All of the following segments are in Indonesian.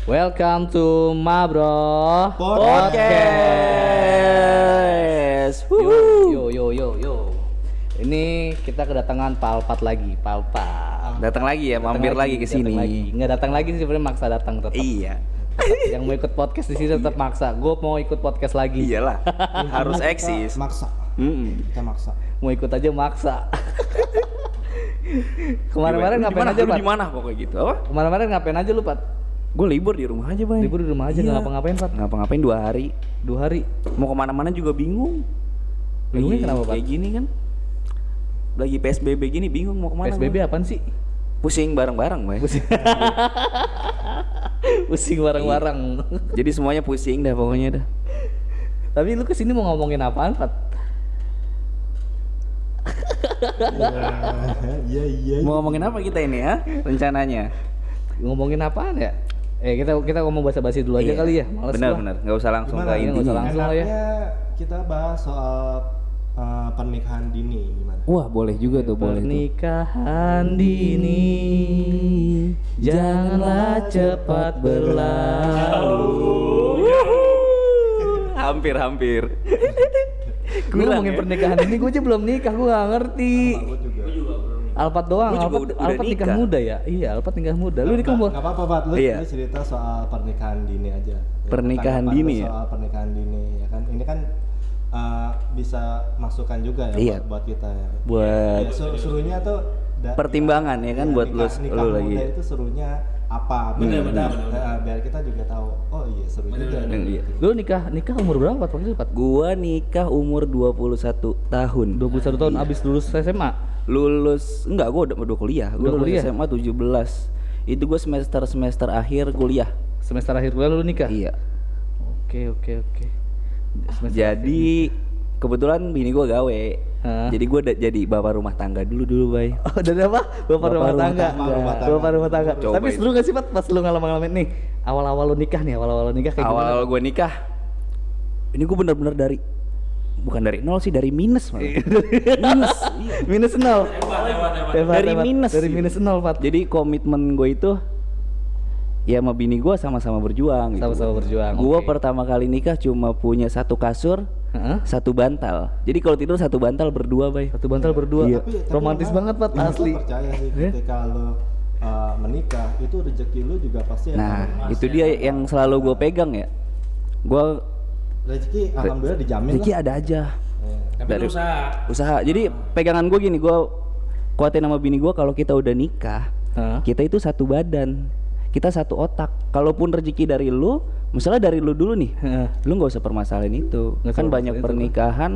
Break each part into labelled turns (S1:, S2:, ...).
S1: Welcome to Mabro
S2: Podcast.
S1: Yo. Ini kita kedatangan Palpat lagi, Palpat.
S2: Datang lagi ya, mampir lagi ke sini.
S1: Nggak datang lagi sih, sebenarnya maksa datang tetap.
S2: Iya.
S1: Yang mau ikut podcast di sini tetap maksa. Gue mau ikut podcast lagi.
S2: Iyalah. Harus eksis.
S3: Maksa. Kita maksa.
S1: Mau ikut aja maksa. Kemarin-kemarin ngapain aja, Pat?
S2: Di mana kok kayak gitu? Apa?
S1: Kemarin-kemarin ngapain aja lu, Pat?
S2: Gue libur di rumah aja, Bang.
S1: Libur di rumah aja, nggak
S2: Iya.
S1: ngapa-ngapain, Pat?
S2: Ngapa-ngapain 2 hari.
S1: 2 hari.
S2: Mau kemana-mana juga bingung.
S1: Bingungnya kenapa, Pat?
S2: Kayak gini kan. Lagi PSBB gini bingung mau kemana.
S1: PSBB apaan sih?
S2: Pusing bareng-bareng, Bang.
S1: Pusing bareng-bareng.
S2: Jadi semuanya pusing dah pokoknya dah.
S1: Tapi lu kesini mau ngomongin apaan, Pat?
S3: Iya.
S2: Mau ngomongin apa kita ini ya? Rencananya.
S1: Ngomongin apaan ya? Kita ngomong basa-basi dulu aja
S2: Iya.
S1: kali ya. Males
S2: Benar,
S1: gua.
S2: nggak usah langsung
S3: Gimana?
S2: ke
S1: Nggak usah
S2: intinya.
S1: langsung lah ya.
S3: Enaknya kita bahas soal pernikahan dini gimana?
S2: Wah, boleh juga tuh, boleh tuh.
S1: Pernikahan dini janganlah cepat berlalu.
S2: Hampir.
S1: Gue ngomongin pernikahan dini, gue aja belum nikah, gue gak ngerti.
S3: Aku juga.
S1: Alpat doang,
S2: Gua juga udah
S1: Alpat nikah
S2: nikah.
S1: muda ya? Iya, Alpat nikah muda. Lu nikah umur?
S3: Gak apa-apa, Pat. Lu
S2: Iya.
S3: cerita soal pernikahan dini aja. Ya,
S2: Pernikahan
S3: tanggapan
S2: dini
S3: lu
S2: ya?
S3: soal pernikahan dini ya kan. Ini kan bisa masukan juga ya
S2: Iya.
S3: buat kita ya.
S2: Buat
S3: Ya, suruhnya tuh
S2: pertimbangan ya kan buat
S3: nikah
S2: lu
S3: muda
S2: lagi.
S3: itu serunya apa?
S4: Bener.
S3: Biar kita juga tahu. Oh iya, seru juga.
S2: Iya.
S1: Lu nikah umur berapa Pat? Waktu itu, Pat?
S2: Gua nikah umur 21 tahun.
S1: 21 tahun abis lulus SMA.
S2: Lulus enggak, gua udah kuliah. Gua
S1: Udah
S2: lulus
S1: kuliah?
S2: SMA 17. Itu gua semester akhir kuliah.
S1: Semester akhir kuliah lu nikah?
S2: Iya.
S1: Oke. Semester
S2: Jadi kebetulan bini gua gawe.
S1: Hah?
S2: Jadi gua jadi bapak rumah tangga dulu, Bay.
S1: Oh, dari apa? Bapak rumah tangga. Bapak rumah tangga.
S2: Coba
S1: Tapi
S2: itu.
S1: seru gak sih, Pat, pas lu ngalamin nih? Awal-awal lu nikah kayak gimana?
S2: Awal gua nikah, ini gua bener-bener bukan dari nol sih, dari minus malah. Minus. Iya.
S1: Minus 0.
S2: Dari minus.
S1: Dari minus 0, Pat.
S2: Jadi komitmen gue itu ya sama bini gue sama-sama berjuang gitu.
S1: Sama-sama berjuang.
S2: Gue
S1: oke.
S2: pertama kali nikah cuma punya 1 kasur,
S1: Heeh.
S2: 1 bantal. Jadi kalau tidur 1 bantal berdua, Bay.
S1: Satu bantal berdua.
S2: Iya.
S1: Romantis banget, Pat,
S3: Gua
S1: asli.
S3: percaya sih
S1: Ya?
S3: ketika lo menikah itu rezeki lu juga pasti
S2: Nah,
S3: akan
S2: itu dia yang selalu gue pegang ya. Gue
S3: rezeki alhamdulillah dijamin
S2: rezeki
S3: lah.
S2: ada aja.
S4: Tapi
S2: Dari-
S4: lu
S2: Usaha. Jadi pegangan gue gini, gue kuatin sama bini gue kalau kita udah nikah,
S1: Hah?
S2: kita itu satu badan, kita satu otak. Kalaupun rezeki dari lu, misalnya dari lu dulu nih,
S1: Heeh.
S2: lu nggak usah permasalahin itu.
S1: Nggak usah
S2: Kan banyak
S1: permasalahin itu.
S2: pernikahan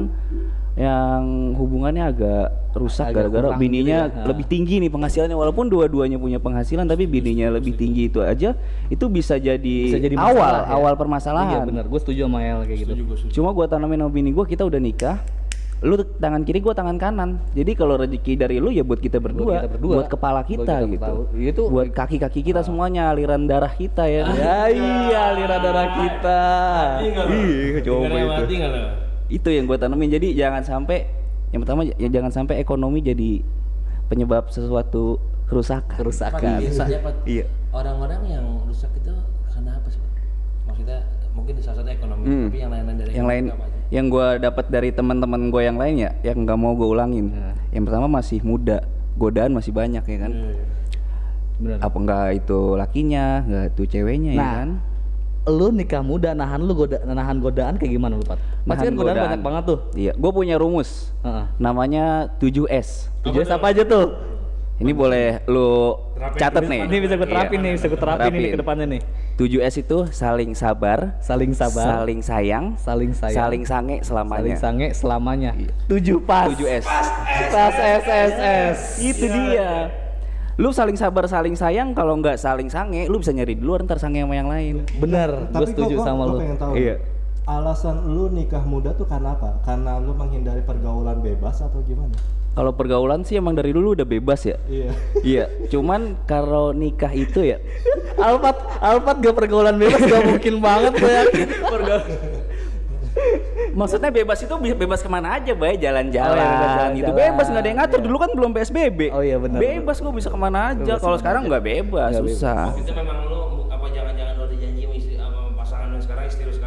S2: yang hubungannya agak rusak
S1: Agak
S2: gara-gara
S1: kurang
S2: bininya
S1: gitu ya.
S2: lebih tinggi nih penghasilannya, walaupun dua-duanya punya penghasilan tapi bininya lebih tinggi, itu aja itu bisa jadi,
S1: masalah, ya?
S2: awal
S1: Iya
S2: permasalahan.
S1: benar, gue setuju sama El kayak gitu.
S2: Cuma gua tanamin sama bini gua, kita udah nikah, lu tangan kiri gua tangan kanan. Jadi kalau rezeki dari lu ya buat kita berdua, buat kepala kita
S1: Buat
S2: gitu.
S1: Itu
S2: Buat kaki-kaki kita semuanya, aliran darah kita ya.
S1: ya iya, aliran darah kita.
S2: Iya, coba itu.
S4: mati enggak lo?
S2: Itu yang gua tanamin. Jadi jangan sampai, yang pertama ya jangan sampai ekonomi jadi penyebab sesuatu kerusakan.
S1: Kerusakan.
S4: Biasanya Pat,
S2: Iya.
S4: orang-orang yang rusak itu karena apa sih, Pak? Maksudnya mungkin salah satu ekonomi, tapi yang lain-lain dari
S2: Yang lain,
S4: ekonomi apa aja?
S2: yang gua dapat dari teman-teman gua yang lain ya, yang nggak mau gua ulangin.
S1: Nah.
S2: Yang pertama masih muda, godaan masih banyak ya kan.
S1: Benar.
S2: Apa enggak itu lakinya, enggak itu ceweknya ya
S1: Nah,
S2: kan?
S1: lu nikah muda, nahan godaan kayak gimana lu, Pat? Pasti kan
S2: Nahan
S1: godaan banyak banget tuh.
S2: Iya, gue punya rumus.
S1: Heeh.
S2: Namanya 7S.
S1: Tujuan apa aja tuh?
S2: Ini boleh lu catat nih.
S1: Ini bisa gue terapin
S2: Iya.
S1: nih, bisa gue terapin
S2: Terapin.
S1: nih ke depannya nih.
S2: 7S itu saling sabar,
S1: Saling sabar,
S2: saling sayang,
S1: saling sayang,
S2: saling sange
S1: saling
S2: selamanya.
S1: sange selamanya. 7 pas.
S2: 7S.
S1: Pas SSS.
S2: Itu dia. Lu saling sabar, saling sayang. Kalau nggak saling sange, lu bisa nyari di luar ntar sange sama yang lain.
S1: Bener, gue setuju sama lu.
S3: pengen tahu.
S2: Iya.
S3: Alasan lu nikah muda tuh karena apa? Karena lu menghindari pergaulan bebas atau gimana?
S2: Kalau pergaulan sih emang dari dulu udah bebas ya.
S3: Iya.
S2: Iya. Cuman kalau nikah itu ya,
S1: Alpat gak pergaulan bebas gak mungkin banget gue yakin.
S2: maksudnya bebas itu bebas kemana aja, Bay, jalan-jalan,
S1: Oh, iya, jalan-jalan.
S2: gitu. Bebas, nggak ada yang ngatur. Dulu kan belum PSBB.
S1: Oh, iya, benar.
S2: Bebas, gua bisa kemana aja.
S1: Bebas
S2: Kalau
S1: kemana
S2: sekarang
S1: aja.
S2: nggak bebas,
S1: Nggak
S2: susah.
S4: Itu memang lu apa jangan-jangan lu dijanjiin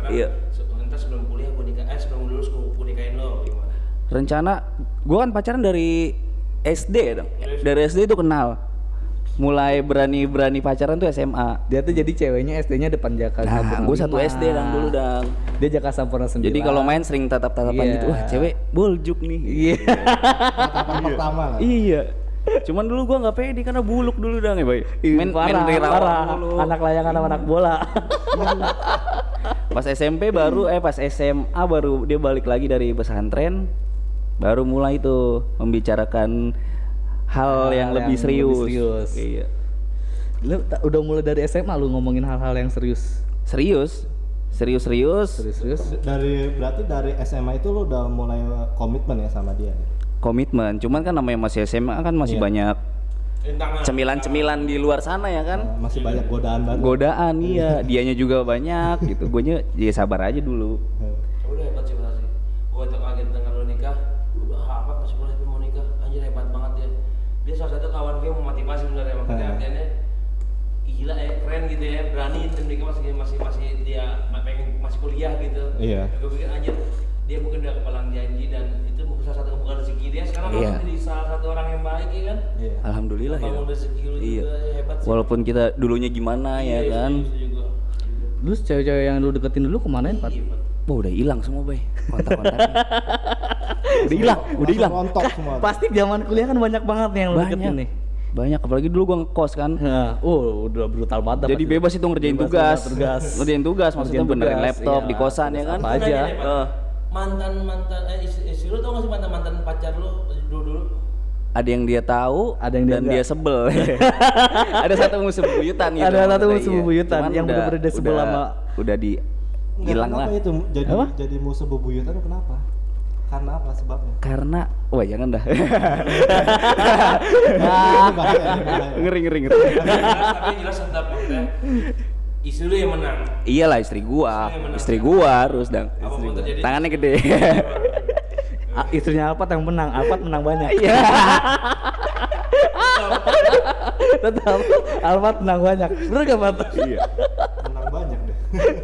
S4: rencana
S2: Iya.
S4: Entar sebelum kuliah gue nikah, sebelum lulus gue nikahin lo gimana?
S2: Rencana gue kan pacaran dari SD dong. Dari SD itu kenal. Mulai berani pacaran tuh SMA.
S1: Dia tuh jadi ceweknya SD-nya depan Jaka
S2: Nah,
S1: Sampurna
S2: gue satu
S1: 5.
S2: SD dulu dang.
S1: Dia Jaka Sampurna 9.
S2: Jadi kalau main sering tatap-tatapan
S1: Iya.
S2: gitu, wah cewek boljuk nih.
S1: Iya.
S3: Tatapan pertama lah.
S2: Iya. Cuman dulu gua nggak pede karena buluk dulu dang ya, Bay. Main dari rawa
S1: parah.
S2: dulu.
S1: Anak layangan sama anak bola.
S2: Pas SMP baru pas SMA baru dia balik lagi dari pesantren, baru mulai tuh membicarakan hal yang lebih serius. Iya.
S1: Lu udah mulai dari SMA lu ngomongin hal-hal yang serius.
S2: Serius.
S3: Berarti dari SMA itu lu udah mulai komitmen ya sama dia.
S2: Komitmen. Cuman kan namanya masih SMA kan masih banyak cemilan-cemilan di luar sana ya kan.
S3: Masih banyak godaan baru.
S2: Godaan iya, dianya juga banyak gitu. Guanya ya sabar aja dulu.
S4: Udah hebat sih berarti. Gue tuh kaget dengar lo nikah, udah amat masih boleh mau nikah, anjir hebat banget dia. Dia salah satu kawan gue memotivasi sebenarnya, makanya artinya gila ya, keren gitu ya, berani dan nikah masih dia pengen masih kuliah gitu.
S3: Iya.
S4: Gue pikir anjir dia mungkin udah kepalang janji dan itu mungkin salah satu kebukaan rezeki dia sekarang
S2: Iya.
S4: jadi salah satu orang yang baik ya kan.
S3: Iya.
S2: Alhamdulillah ya.
S4: Bangun rezeki lu
S2: Iya.
S4: juga hebat sih.
S2: Walaupun kita dulunya gimana ya kan.
S4: Setuju gua.
S1: Terus cewek-cewek yang lu deketin dulu kemanain, Pat?
S4: Iya, Pat.
S2: Wah udah hilang semua bay kontak-kontaknya. udah hilang.
S3: Rontok semua.
S1: Pasti zaman kuliah kan banyak banget nih yang lu deketin nih.
S2: Banyak apalagi dulu gua ngekos kan.
S1: Nah, udah brutal banget.
S2: Jadi bebas itu ngerjain
S1: Bebas
S2: tugas.
S1: tugas.
S2: Ngerjain tugas maksudnya
S1: Ngerjain
S2: benerin
S1: tugas,
S2: laptop
S1: iya.
S2: di kosan ya kan.
S1: Apa aja.
S4: Mantan istri lu tau gak sih mantan pacar lu dulu?
S2: Ada yang dia tahu,
S1: Ada yang dia
S2: dan
S1: enggak.
S2: dia sebel. Ada satu musuh bebuyutan gitu.
S1: Ada satu
S2: maksudnya,
S1: musuh
S2: iya.
S1: bebuyutan
S2: Cuman
S1: yang bener-bener dia sebel sama.
S2: Udah di hilang lah.
S3: Kenapa itu
S1: Apa?
S3: jadi musuh bebuyutan itu kenapa? Karena apa sebabnya?
S2: Karena, wah jangan dah.
S3: Ini bahaya.
S2: ngeri.
S4: Tapi jelas tetap maksudnya istri lu yang menang.
S2: Iyalah istri gua harus dang.
S4: Apapun terjadi.
S2: Tangannya gede.
S1: Istrinya Alpat yang menang, Alpat menang banyak.
S2: Iya.
S1: Tetap Alpat menang banyak. Bener gak, Pat?
S2: Iya.
S3: Menang banyak deh.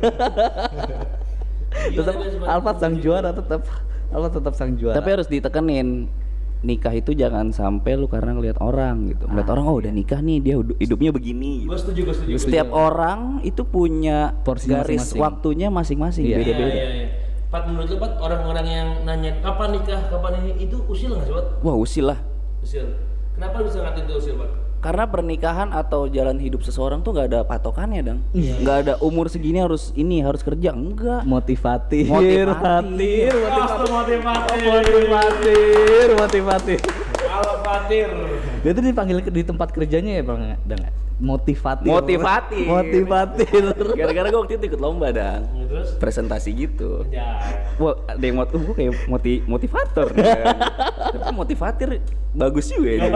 S1: Tetap Alpat sang juara tetap. Alpat tetap sang juara.
S2: Tapi harus ditekenin, nikah itu jangan sampai lu karena ngelihat orang gitu. Ngelihat orang, oh udah nikah nih, dia hidupnya begini
S4: Gue
S2: gitu.
S4: setuju.
S2: Setiap orang itu punya
S1: Porsi
S2: garis
S1: masing-masing.
S2: waktunya masing-masing,
S1: Iya.
S2: beda-beda.
S4: Iya. Pat, menurut lu Pat, orang-orang yang nanya kapan nikah, kapan ini, itu usil nggak sih Pat?
S2: Wah usil lah.
S4: Usil. Kenapa lu bisa ngatain itu usil Pat?
S2: Karena pernikahan atau jalan hidup seseorang tuh nggak ada patokannya dang.
S1: Iya.
S2: Nggak ada umur segini harus kerja, enggak.
S1: Motivatif.
S2: Motivatif.
S1: Motivatif.
S4: Halo Fatir.
S1: Dia tuh dipanggil di tempat kerjanya ya, Bang? Dang. Motivatif. Motivatif.
S2: Gara-gara gue waktu itu ikut lomba dang.
S4: Terus?
S2: Presentasi gitu.
S4: Ya.
S2: Wah, ada yang gue kayak motivator kan. Tapi motivatir bagus juga ya.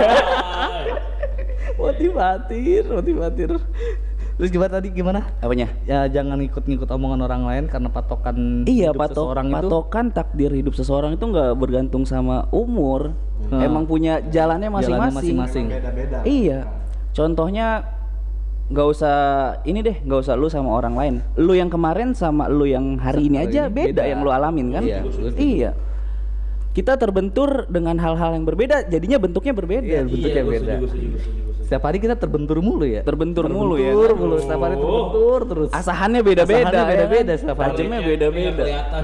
S1: Motivatir. Terus gimana?
S2: Apanya?
S1: Ya jangan ikut-ngikut omongan orang lain karena patokan
S2: Iya,
S1: hidup seseorang itu.
S2: patokan takdir hidup seseorang itu nggak bergantung sama umur. Emang punya jalannya masing-masing.
S3: Beda-beda.
S2: Iya. Contohnya nggak usah lu sama orang lain. Lu yang kemarin sama lu yang hari ini aja beda yang lu alamin kan?
S1: Iya, betul.
S2: Iya. Kita terbentur dengan hal-hal yang berbeda, jadinya bentuknya berbeda.
S1: Iya, bentuknya
S4: gua
S1: beda.
S4: setuju.
S1: Setiap hari kita terbentur mulu ya.
S2: Terbentur mulu ya.
S1: Terbentur mulu, setiap hari terbentur terus.
S2: Asahannya beda-beda.
S1: Asahannya beda-beda
S2: ya kan?
S1: setiap hari.
S2: Tajamnya
S4: Iya,
S2: beda-beda.
S4: kelihatan.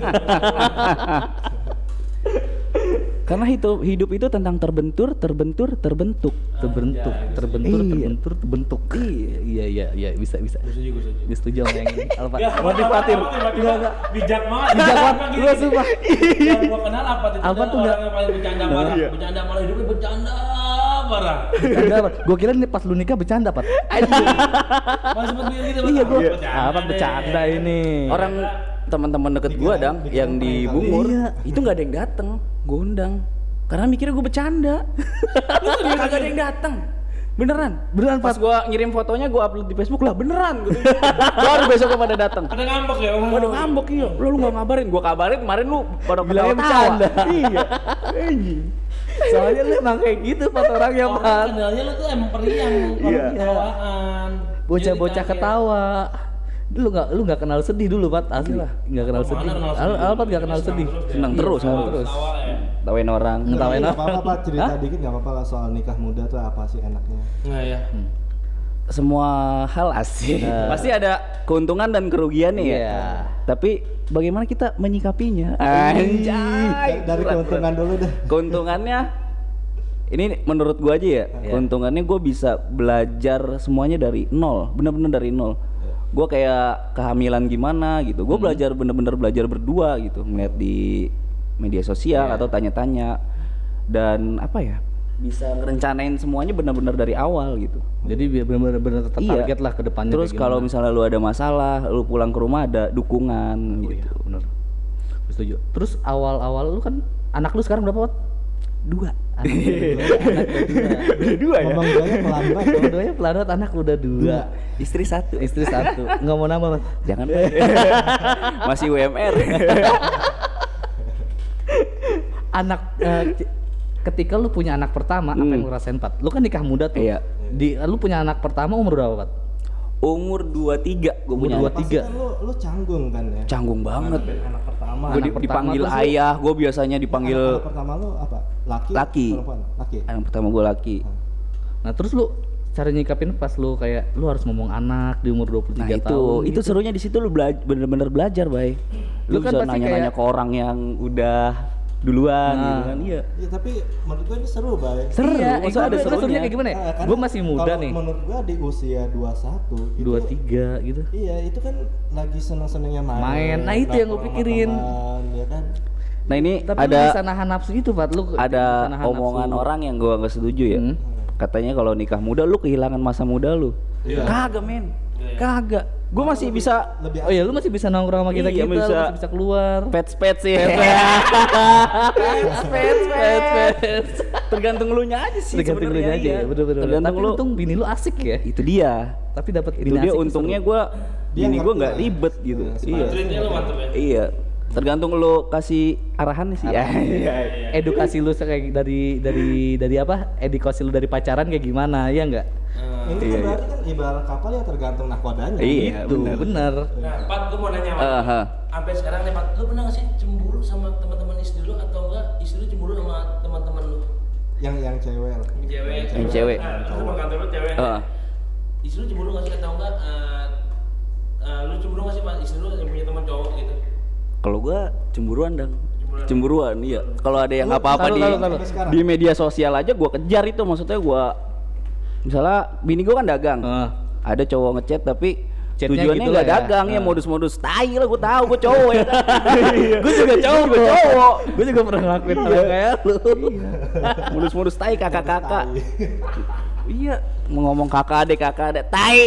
S2: Karena hidup itu tentang terbentur, terbentuk.
S1: Terbentuk. Iya, bisa.
S4: Gua setuju.
S1: Dia setuju sama yang ini. Alfa.
S4: Ya,
S1: Motivatif.
S4: tiba-tiba bijak banget.
S1: Bijak banget.
S4: Gini,
S1: Gua sumpah.
S4: Yang gua kenal apa itu?
S1: Alfa tuh
S4: orang yang paling bercanda parah.
S1: Iya.
S4: Bercanda malah hidupnya bercanda parah.
S1: Gue kira nih pas lu nikah bercanda, Pat.
S4: Masih sempet bilang gitu.
S1: Iya, gue.
S4: Bercanda
S1: Apa
S4: deh.
S1: bercanda ini?
S2: Orang teman-teman deket gua dang yang di
S3: prank kali.
S2: Bungur
S1: Iya.
S2: itu nggak ada yang dateng, gua undang karena mikirnya gua bercanda. Kagak ada yang dateng. Beneran, pas
S1: Pat.
S2: gua ngirim fotonya gua upload di Facebook lah beneran gitu. Baru besoknya pada datang.
S4: Ada ngambek ya?
S2: Waduh ngambek iya, lu nggak ngabarin, gua kabarin kemarin lu pada
S1: Bilangnya
S2: ketawa-tawa.
S1: bercanda.
S2: Iya.
S1: Soalnya lu emang kayak gitu Pat orangnya,
S4: Oh,
S1: Pat.
S4: kendalanya lu tuh emang periang, kalau
S1: Iya.
S4: ketawaan.
S1: Bocah-bocah
S4: Jadi kaget.
S1: ketawa. Lu nggak kenal sedih dulu, Pat, asli. Nggak kenal sedih. Alpat nggak kenal sedih.
S2: Senang terus. Tawain orang.
S1: Ngetawain
S3: Nggak apa-apa Pak, cerita dikit nggak apa-apa lah soal nikah muda tuh apa sih enaknya?
S4: Nah ya.
S2: Semua hal asik. Pasti ada keuntungan dan kerugiannya ya.
S1: Iya.
S2: Tapi bagaimana kita menyikapinya? Anjay.
S3: Dari keuntungan dulu deh.
S2: Keuntungannya ini menurut gua aja ya. Keuntungannya gua bisa belajar semuanya dari nol, bener-bener dari nol. Gua kayak kehamilan gimana gitu. Gua belajar bener-bener belajar berdua gitu, ngeliat di media sosial atau tanya-tanya dan apa ya? Bisa ngerencanain semuanya benar-benar dari awal gitu.
S1: Jadi benar-benar target lah ke depannya.
S2: Terus kalau misalnya lu ada masalah, lu pulang ke rumah ada dukungan gitu.
S1: Iya, benar. Setuju. Terus awal-awal lu kan anak lu sekarang berapa, Pat?
S2: 2.
S1: Dua ya?
S3: Ngomong duanya pelan banget.
S1: Ngomong duanya pelan banget, anak udah 2.
S2: Istri 1.
S1: Istri 1. Nggak mau nambah, Pat?
S2: Jangan. Masih UMR.
S1: Anak ketika lu punya anak pertama, apa yang lu rasain, Pat? Lu kan nikah muda tuh.
S2: Iya.
S1: Lu punya anak pertama umur berapa, Pat?
S2: Umur 23 gue punya
S1: Umur
S2: anak.
S1: 23.
S3: Pasti kan lu canggung kan ya?
S2: Canggung banget.
S3: Anak pertama.
S2: Gue
S1: Anak pertama
S2: dipanggil
S1: terus
S2: ayah, gue biasanya dipanggil
S3: Anak pertama lu apa? Laki?
S2: Laki.
S3: Perempuan? Laki.
S2: anak pertama gue laki.
S1: Nah, terus lu cara nyikapin pas lu kayak lu harus ngomong anak di umur 23
S2: Nah
S1: tahun.
S2: itu serunya di situ lu bener-bener belajar, Bay. Lu
S1: Lu kan
S2: bisa
S1: pasti
S2: nanya-nanya
S1: kayak-
S2: ke orang yang udah duluan gitu kan. Iya.
S3: Iya tapi menurut gua ini seru Bay.
S2: Seru,
S1: Iya,
S2: masa ada
S1: serunya
S2: serunya?
S1: kayak gimana ya?
S3: Karena
S1: Gue masih muda
S3: kalau
S1: nih.
S3: menurut gua di usia 21 itu
S1: 23 gitu.
S3: Iya itu kan lagi seneng-senengnya main.
S1: Main. Nah, itu yang gua
S3: nongkrong sama
S1: pikirin.
S3: teman, ya kan?
S2: Nah ini
S1: Tapi lu bisa nahan nafsu itu, Pat. Lu bisa
S2: ada
S1: nahan
S2: omongan
S1: nafsu.
S2: orang yang gua nggak setuju ya. Katanya kalau nikah muda lu kehilangan masa muda lu. Kagak, men. Kagak. Gua masih bisa
S3: Lebih
S1: Oh iya, lu masih bisa nongkrong sama kita,
S2: Iya,
S1: lu
S2: bisa.
S1: masih bisa keluar.
S2: pets sih. Pets. Tergantung lu nya aja sih.
S1: Tergantung lu
S2: sebenarnya,
S1: aja,
S2: iya.
S1: bener-bener.
S2: Tergantung
S1: Tapi
S2: lu.
S1: untung bini lu asik ya.
S2: Itu dia.
S1: Tapi dapat
S2: Itu
S1: bini
S2: dia
S1: asik.
S2: untungnya
S1: seru.
S2: gua
S3: Dia
S2: bini gua
S3: ngerti
S2: nggak
S3: lah.
S2: ribet gitu. Iya.
S4: Treatnya lu mantep ya.
S2: Iya. Tergantung lu kasih arahan sih. Iya.
S1: Edukasi lu kayak dari apa? Edukasi lu dari pacaran kayak gimana? Ya enggak?
S3: Ini kan berarti kan ibarat kapal yang tergantung nakodanya.
S2: Iya,
S1: Tuh,
S2: benar.
S1: bener.
S4: Nah, Pat, gue mau nanya, Pat. Sampai sekarang nih, Pat, lu pernah gak sih cemburu sama teman-teman istri lu atau enggak istri lu cemburu sama teman-teman lu?
S3: Yang cewek lah.
S4: Yang cewek.
S2: Yang cewek.
S4: Nah, lu sama kantor lu cewek. Istri lu cemburu gak sih atau enggak? Lu cemburu gak sih sama istri lu yang punya teman cowok gitu?
S2: Kalau gua cemburuan dong. Cemburuan, iya. Kalau ada yang apa-apa
S1: taruh.
S2: di media sosial aja gua kejar itu, maksudnya gua misalnya bini gua kan dagang. Ada cowok ngechat tapi
S1: Chatnya
S2: tujuannya
S1: gitu
S2: nggak
S1: lah ya.
S2: dagang ya, modus-modus tai lah, gua tahu gua cowok ya.
S1: Gue juga cowok. Gue juga pernah ngelakuin hal yang kayak lu.
S2: Modus-modus tai kakak-kakak. Iya, mau ngomong kakak adek tai.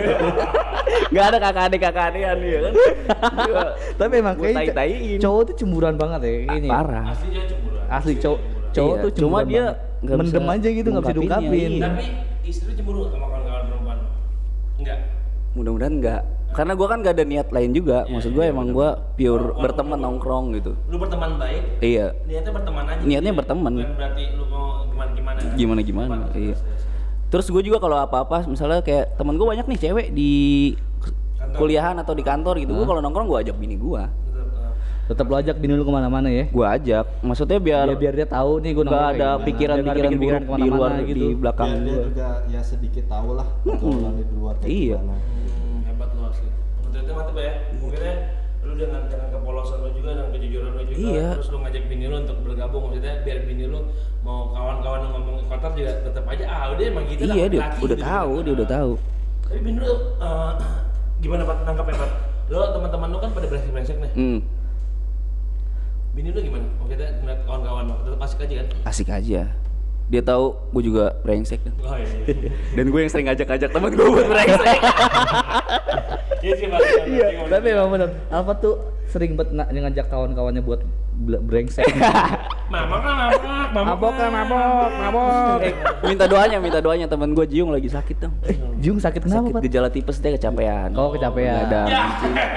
S2: Gak ada kakak adekan ya kan. Iya.
S1: Tapi emang
S2: Gua
S1: kayaknya
S2: tai-taiin.
S1: cowok tuh cemburuan banget ya ini.
S2: Parah.
S4: Asli dia cemburuan.
S1: Asli cowok
S2: Iya,
S1: tuh
S2: cuma
S1: cemburuan
S2: dia
S1: banget.
S2: nggak
S1: Mendem
S2: bisa
S1: aja gitu, nggak bisa
S2: ngungkapinnya,
S1: diungkapin.
S2: iya.
S4: Tapi istri lu cemburu sama kawan-kawan perempuan? Enggak.
S2: Mudah-mudahan enggak. Karena gua kan gak ada niat lain juga. Maksud gua emang gua pure berteman nongkrong gitu.
S4: Lu berteman baik,
S2: Iya.
S4: niatnya berteman aja.
S2: Niatnya
S4: gitu ya?
S2: berteman.
S4: Bukan berarti lu mau gimana-gimana.
S2: Gimana-gimana. Iya. Terus gue juga kalau apa-apa misalnya kayak temen gue banyak nih cewek di kuliahan atau di kantor gitu. Gue kalau nongkrong gue ajak bini gue.
S1: Tetap lo ajak bini lu kemana-mana ya.
S2: Gue ajak. Maksudnya biar
S1: Biar dia tahu nih gue
S2: nggak ada pikiran-pikiran buruk di luar di belakang
S3: Biar dia
S2: gue.
S3: juga ya sedikit tahu lah pergaulan di luar kayak
S2: Iya.
S3: gimana.
S4: Hebat lu asli. Menurut mantep ya. Mungkinnya lu dengan kepolosan lu juga dan kejujuran lu juga,
S2: Iya.
S4: terus lu ngajak bini lu untuk bergabung, maksudnya biar bini lu mau kawan-kawan lu ngomong kotor juga tetap aja dia emang gitu lah,
S2: Iya dia
S4: laki
S2: udah
S4: gitu.
S2: tahu, dia udah tahu.
S4: Tapi bini lu gimana Pak nangkapnya Pak? Lu teman-teman lu kan pada brengsek nih. Bini lu gimana? Maksudnya ngeliat kawan-kawan lu tetap asik aja kan?
S2: Asik aja. Dia tahu gue juga brengsek kan.
S4: Oh iya.
S2: Dan gue yang sering ngajak-ngajak temen gue buat brengsek.
S4: Iya sih Pak.
S1: Iya, tapi emang bener. Alfa tuh sering banget ngajak kawan-kawannya buat brengsek.
S4: Mabok.
S2: Minta doanya temen gue Jiung lagi sakit dong.
S1: Jung sakit kenapa,
S2: Sakit
S1: Pat?
S2: gejala tipes dia kecapean.
S1: Oh, kecapean.
S2: Nggak ada.
S4: Ya.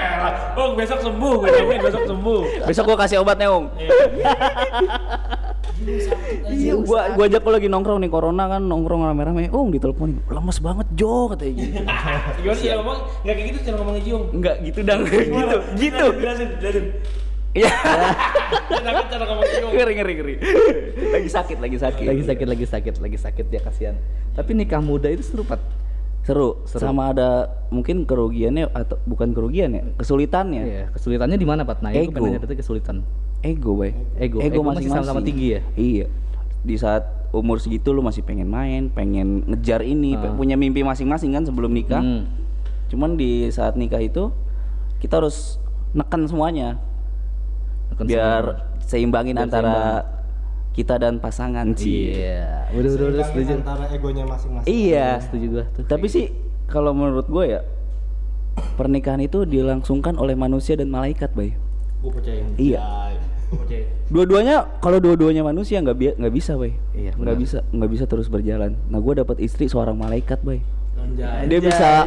S4: Oh, besok sembuh, gue jamin besok sembuh.
S2: Besok gue kasih obatnya, Om. Iya, gua ajak lo lagi nongkrong nih, corona kan, nongkrong rame-rame. Diteleponin, lemes banget Jo katanya gitu.
S4: Gimana sih ngomong? Enggak kayak gitu cara ngomongnya Jiung.
S2: Enggak gitu dang, gitu.
S4: Jelasin.
S2: Iya.
S4: Tapi cara ngomong Jiung.
S2: Ngeri. Lagi sakit dia kasihan.
S1: Tapi nikah muda itu seru, Pat.
S2: Seru. Sama ada mungkin kerugiannya atau bukan kerugian ya, kesulitannya.
S1: Iya, kesulitannya di mana, Pat? Nah, itu pengen itu kesulitan.
S2: Ego
S1: masih sama-sama tinggi ya?
S2: Iya. Di saat umur segitu lu masih pengen main, pengen ngejar ini, punya mimpi masing-masing kan sebelum nikah. Cuman di saat nikah itu kita harus neken semuanya. Biar seimbangin antara kita dan pasangan sih.
S1: Iya. Udah setuju.
S3: Antara egonya masing-masing.
S2: Iya.
S1: Setuju gua tuh.
S2: Tapi sih kalau menurut gue ya pernikahan itu dilangsungkan oleh manusia dan malaikat, Bay.
S4: Gue percaya.
S2: Iya.
S4: Gue percaya.
S2: Kalau dua-duanya manusia nggak bisa, Bay.
S1: Iya,
S2: nggak bisa terus berjalan. Nah, gue dapat istri seorang malaikat, Bay.
S4: Anjay.
S2: Dia bisa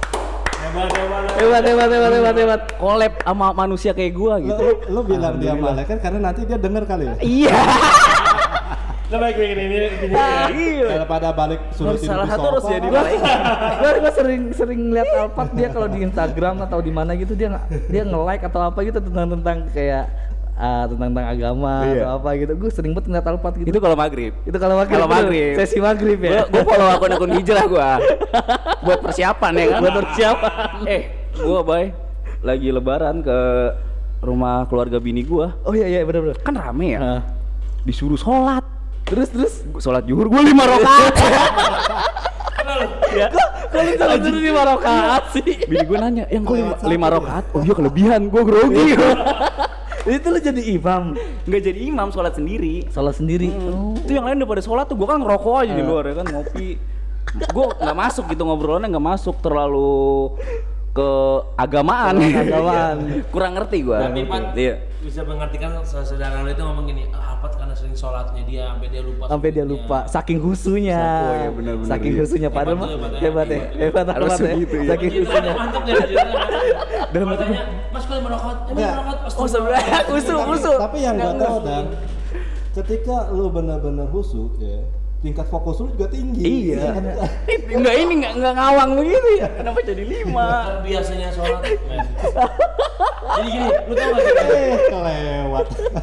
S4: Hebat.
S2: collab sama manusia kayak gua gitu.
S3: Lo bilang dia malaikat karena nanti dia denger kali ya.
S2: Iya.
S4: Lo baik ini.
S3: Daripada balik suruh tidur
S2: Salah
S3: di
S2: satu harus
S3: sofa.
S2: jadi malaikat.
S1: Gua sering lihat Alpat dia kalau di Instagram atau di mana gitu dia nge-like atau apa gitu tentang kayak tentang agama atau apa gitu. Gue sering banget ngeliat Alpat gitu.
S2: Itu kalau maghrib.
S1: Sesi maghrib ya.
S2: Gue follow akun hijrah gua. Buat persiapan ya kan. Gua Bay lagi lebaran ke rumah keluarga bini gua.
S1: Oh iya benar.
S2: Kan rame ya. Disuruh sholat.
S1: Terus
S2: Gua sholat zuhur gua 5 rakaat.
S1: Ya. Kalau sholat zuhur 5 rakaat sih.
S2: Bini gua nanya, "Yang kok 5 rakaat?" Oh iya kelebihan, gua grogi.
S1: Itu lo jadi imam?
S2: Nggak jadi imam, sholat sendiri.
S1: Itu
S2: yang lain udah pada sholat tuh, gua kan ngerokok aja di luar ya kan, ngopi. Gua nggak masuk gitu, ngobrolannya nggak masuk, terlalu keagamaan. Kurang ngerti gua.
S4: Tapi Pat,
S2: iya.
S4: bisa mengartikan saudara lo itu ngomong gini, Alpat karena sering sholatnya dia sampai dia lupa.
S1: Saking husunya.
S2: Oh iya benar-benar.
S1: Saking husunya padahal mah hebat ya.
S2: Harus segitu ya.
S1: Saking husunya.
S4: Mantap deh. Dalam katanya, Mas kalau merokok, pas
S2: Oh sebenarnya husu.
S3: Tapi yang gua tahu dan ketika lu benar-benar husu ya, tingkat fokus lu juga tinggi.
S2: Iya. Enggak ngawang begitu ya. Kenapa jadi 5?
S4: Biasanya sholat. Jadi gini, lu tau gak sih?
S3: Kelewat.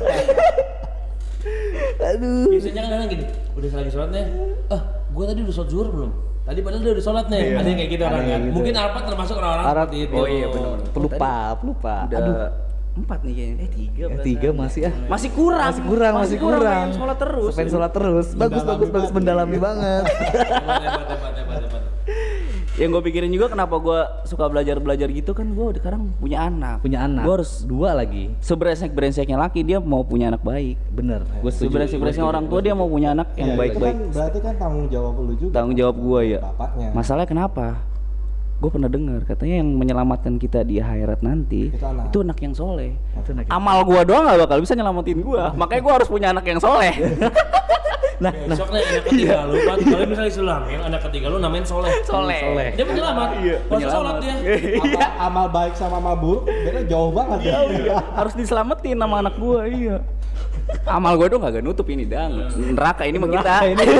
S1: Aduh.
S4: Biasanya kan orang gini, udah lagi sholat nih. Gua tadi udah sholat zuhur belum? Tadi padahal udah sholat nih. Ada yang kayak gitu orang kan. Mungkin Alpat termasuk orang-orang seperti itu.
S2: Oh iya benar.
S1: Pelupa.
S2: Udah 4 nih kayaknya. 3
S1: 3 masih
S2: Masih kurang.
S1: Pengen sholat terus. Bagus mendalami banget.
S4: Hebat.
S2: Yang gue pikirin juga kenapa gue suka belajar gitu kan, gue sekarang punya anak.
S1: Gue harus 2 lagi.
S2: Sebrengsek-brengseknya laki dia mau punya anak baik.
S1: Bener. Gue
S2: Sebrengsek-brengseknya orang tua dia mau punya anak yang baik-baik.
S3: Kan berarti kan tanggung jawab lu juga.
S2: Tanggung jawab gue ya.
S3: Bapaknya.
S2: Masalahnya kenapa? Gue pernah dengar katanya yang menyelamatkan kita di akhirat nanti itu anak yang soleh. Amal gue doang gak bakal bisa nyelamatin gue. Makanya gue harus punya anak yang soleh.
S4: Besok nih anak ketiga lu, Pak. Kalau misalnya Islam, anak ketiga lu namain soleh. Dia penyelamat. Puasa sholat dia.
S3: Amal baik sama amal buruk beda jauh banget ya.
S2: Harus diselamatin sama anak gue, iya. Amal gue dong gak nutup ini dang. Neraka ini mah kita.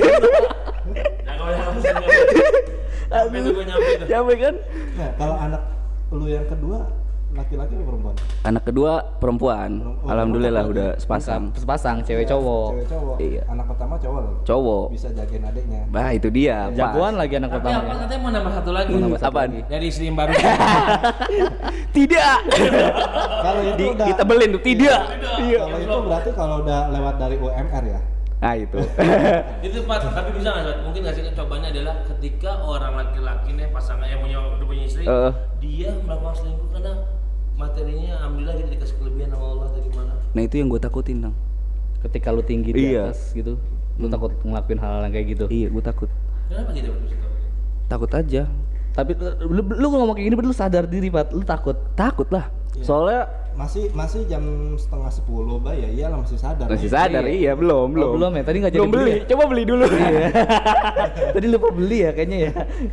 S4: Sampai tuh gue nyampe
S2: kan?
S3: Nah, kalau anak lu yang kedua laki-laki atau perempuan?
S2: Anak kedua perempuan. Alhamdulillah udah sepasang. Cewek cowok.
S3: Iya. Anak pertama
S2: cowok.
S3: Bisa jagain adiknya.
S2: Bah itu dia.
S1: Jagoan lagi anak pertama.
S4: Tapi katanya mau nambah satu lagi.
S2: Apaan?
S4: Dari istri yang baru.
S2: Tidak.
S3: Kalau itu udah
S2: kita belin tuh tidak.
S3: Kalau itu berarti kalau udah lewat dari UMR ya.
S2: Nah itu.
S4: Itu Pak, tapi bisa nggak Sobat? Mungkin nggak sih cobanya adalah ketika orang laki-laki nih pasangan yang udah punya istri, dia melakukan selingkuh karena materinya alhamdulillah gitu dikasih kelebihan sama Allah atau gimana.
S2: Nah itu yang gue takutin dong.
S1: Ketika lu tinggi di atas gitu, lu takut ngelakuin hal yang kayak gitu.
S2: Iya, gue takut.
S4: Kenapa gitu Pak?
S2: Takut aja.
S1: Tapi lu ngomong kayak gini, lu sadar diri Pat, lu takut
S2: lah. Iya. Soalnya
S3: masih jam 9:30 Bay ya, iyalah masih sadar.
S2: Masih sadar, iya belum.
S1: Belum ya, tadi nggak jadi
S2: beli. Ya? Coba beli dulu.
S1: Iya. Tadi lupa beli ya kayaknya ya.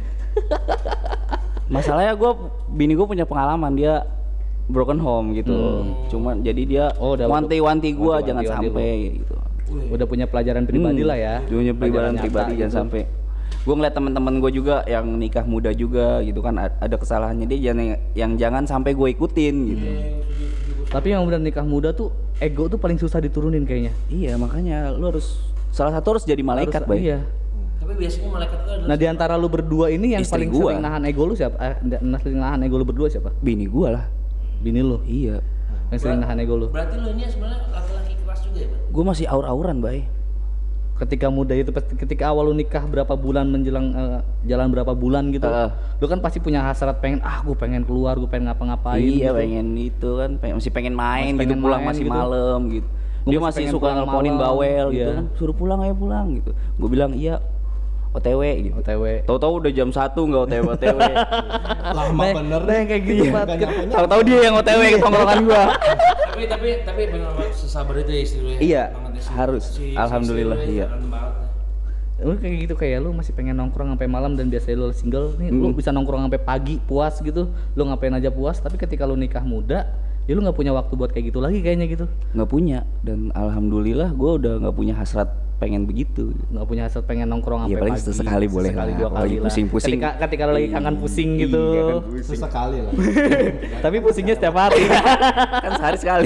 S2: Masalahnya bini gue punya pengalaman, dia broken home gitu. Cuman jadi dia wanti-wanti gue jangan sampai gitu.
S1: udah punya pelajaran pribadi lah ya.
S2: Punya pelajaran
S1: nyata
S2: pribadi
S1: gitu.
S2: jangan sampai. Gue ngeliat teman-teman gue juga yang nikah muda juga gitu kan ada kesalahannya dia jangan sampai gue ikutin gitu.
S1: Tapi yang udah nikah muda tuh ego tuh paling susah diturunin kayaknya.
S2: Iya makanya lu harus salah satu harus jadi malaikat, Bay.
S1: Iya.
S4: Tapi biasanya malaikat itu adalah
S1: Nah di antara lu berdua ini yang
S2: Istri
S1: paling
S2: gua.
S1: sering nahan ego lu siapa? Sering nahan ego lu berdua siapa?
S2: Bini gue lah.
S1: Bini lu.
S2: Iya.
S1: Yang sering nahan ego lu.
S4: berarti lu ini sebenarnya laki-laki keras juga ya, Pak?
S2: Gue masih aur-auran, Bay.
S1: Ketika muda itu ketika awal lu nikah berapa bulan menjelang jalan berapa bulan gitu. Lu kan pasti punya hasrat pengen gue pengen keluar, gue pengen ngapa-ngapain
S2: Iya
S1: gitu.
S2: pengen itu kan masih pengen main
S1: Masih
S2: gitu
S1: pengen
S2: pulang
S1: main
S2: masih
S1: gitu.
S2: malam gitu.
S1: Gua
S2: Dia
S1: masih
S2: masih
S1: pengen
S2: suka
S1: pulang
S2: nelponin
S1: malam.
S2: bawel gitu
S1: Iya.
S2: kan. Suruh pulang ayo pulang gitu. Gue bilang iya OTW gitu.
S1: OTW.
S2: Tahu-tahu udah jam 1 nggak OTW.
S3: Lama bener
S1: Nah, yang kayak gitu, Pat.
S3: Nggak nyampe-nyampe.
S2: Tahu-tahu dia yang OTW ke tongkrongan gua.
S4: tapi benar sesabar itu ya istri lu ya.
S2: Iya,
S4: Banget ya,
S2: harus. Alhamdulillah,
S4: istri lu ya,
S2: iya.
S4: keren banget.
S1: Lu kayak gitu kayak lu masih pengen nongkrong sampai malam dan biasanya lu single nih lu bisa nongkrong sampai pagi puas gitu. Lu ngapain aja puas, tapi ketika lu nikah muda ya lu nggak punya waktu buat kayak gitu lagi kayaknya gitu.
S2: Nggak punya dan alhamdulillah gua udah nggak punya hasrat pengen begitu.
S1: Nggak punya hasrat pengen nongkrong
S2: Iya,
S1: sampai
S2: paling
S1: pagi.
S2: sesekali boleh
S1: sekali
S2: lah.
S1: dua
S2: Kalau
S1: kali
S2: lagi
S1: lah.
S2: pusing-pusing.
S1: Ketika lu lagi kangen pusing gitu.
S2: Iya, kan pusing.
S3: Susah kali lah.
S1: Tapi pusingnya setiap hari.
S2: Kan sehari sekali.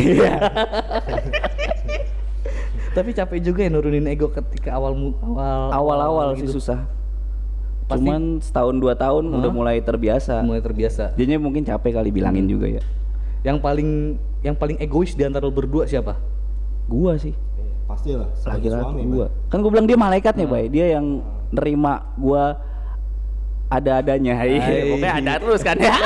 S1: Tapi capek juga ya nurunin ego ketika
S2: Awal-awal sih
S1: gitu.
S2: susah.
S1: Pasti-
S2: Cuman setahun 2 tahun udah mulai terbiasa.
S1: Mulai terbiasa.
S2: Dianya mungkin capek kali bilangin juga ya.
S1: Yang paling egois di antara lu berdua siapa?
S2: Gua sih.
S3: Pastilah. sebagai
S2: Laki-laki
S3: suami,
S2: gua.
S3: Bang.
S2: Kan gua bilang dia malaikat nih, Bay. Dia yang nerima gua ada-adanya. Pokoknya ada terus kan ya.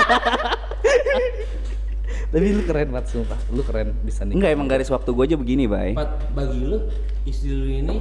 S1: Tapi lu keren banget sumpah. Lu keren bisa nih.
S2: Enggak emang garis waktu gua aja begini, Bay.
S4: Pat, bagi lu istri lu ini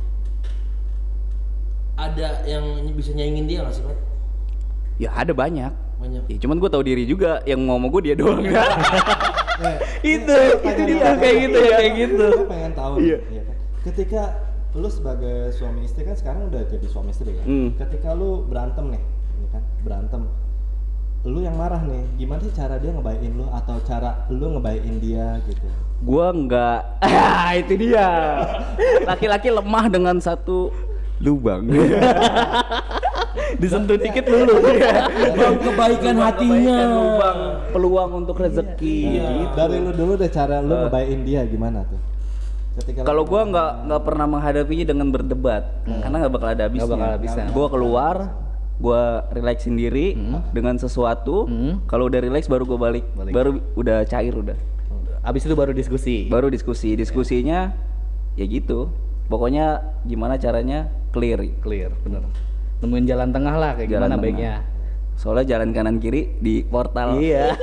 S4: ada yang bisa nyaingin dia nggak sih, Pat?
S2: Ya ada banyak.
S4: Banyak.
S2: Ya cuman gua tahu diri juga yang mau sama gua dia doang.
S1: Itu dia kayak gitu ya kayak gitu.
S3: Gue pengen tahu
S2: Iya.
S3: ya kan? Ketika lu sebagai suami istri kan sekarang udah jadi suami istri kan. Ketika lu berantem nih, ini kan berantem, lu yang marah nih, gimana sih cara dia ngebaikin lu atau cara lu ngebaikin dia gitu?
S2: Gua enggak. Itu dia. Laki-laki lemah dengan satu lubang.
S1: Disentuh dikit dulu.
S4: Kebaikan hatinya.
S2: Lubang peluang untuk rezeki.
S3: Gitu. Dari lu dulu deh cara lu ngebaikin dia gimana tuh? Ketika
S2: Kalau gua nggak pernah menghadapinya dengan berdebat, karena nggak bakal ada habisnya.
S1: Nggak bakal habisnya.
S2: Gua keluar, gua relax sendiri dengan sesuatu. Kalau udah relax baru gua balik. Baru udah cair udah.
S1: Abis itu baru diskusi.
S2: Baru diskusinya ya gitu. Pokoknya gimana caranya clear.
S1: Clear, bener. Nemuin jalan tengah lah kayak
S2: Jalan
S1: gimana
S2: tengah.
S1: baiknya.
S2: Soalnya jalan kanan kiri di portal
S1: Iya.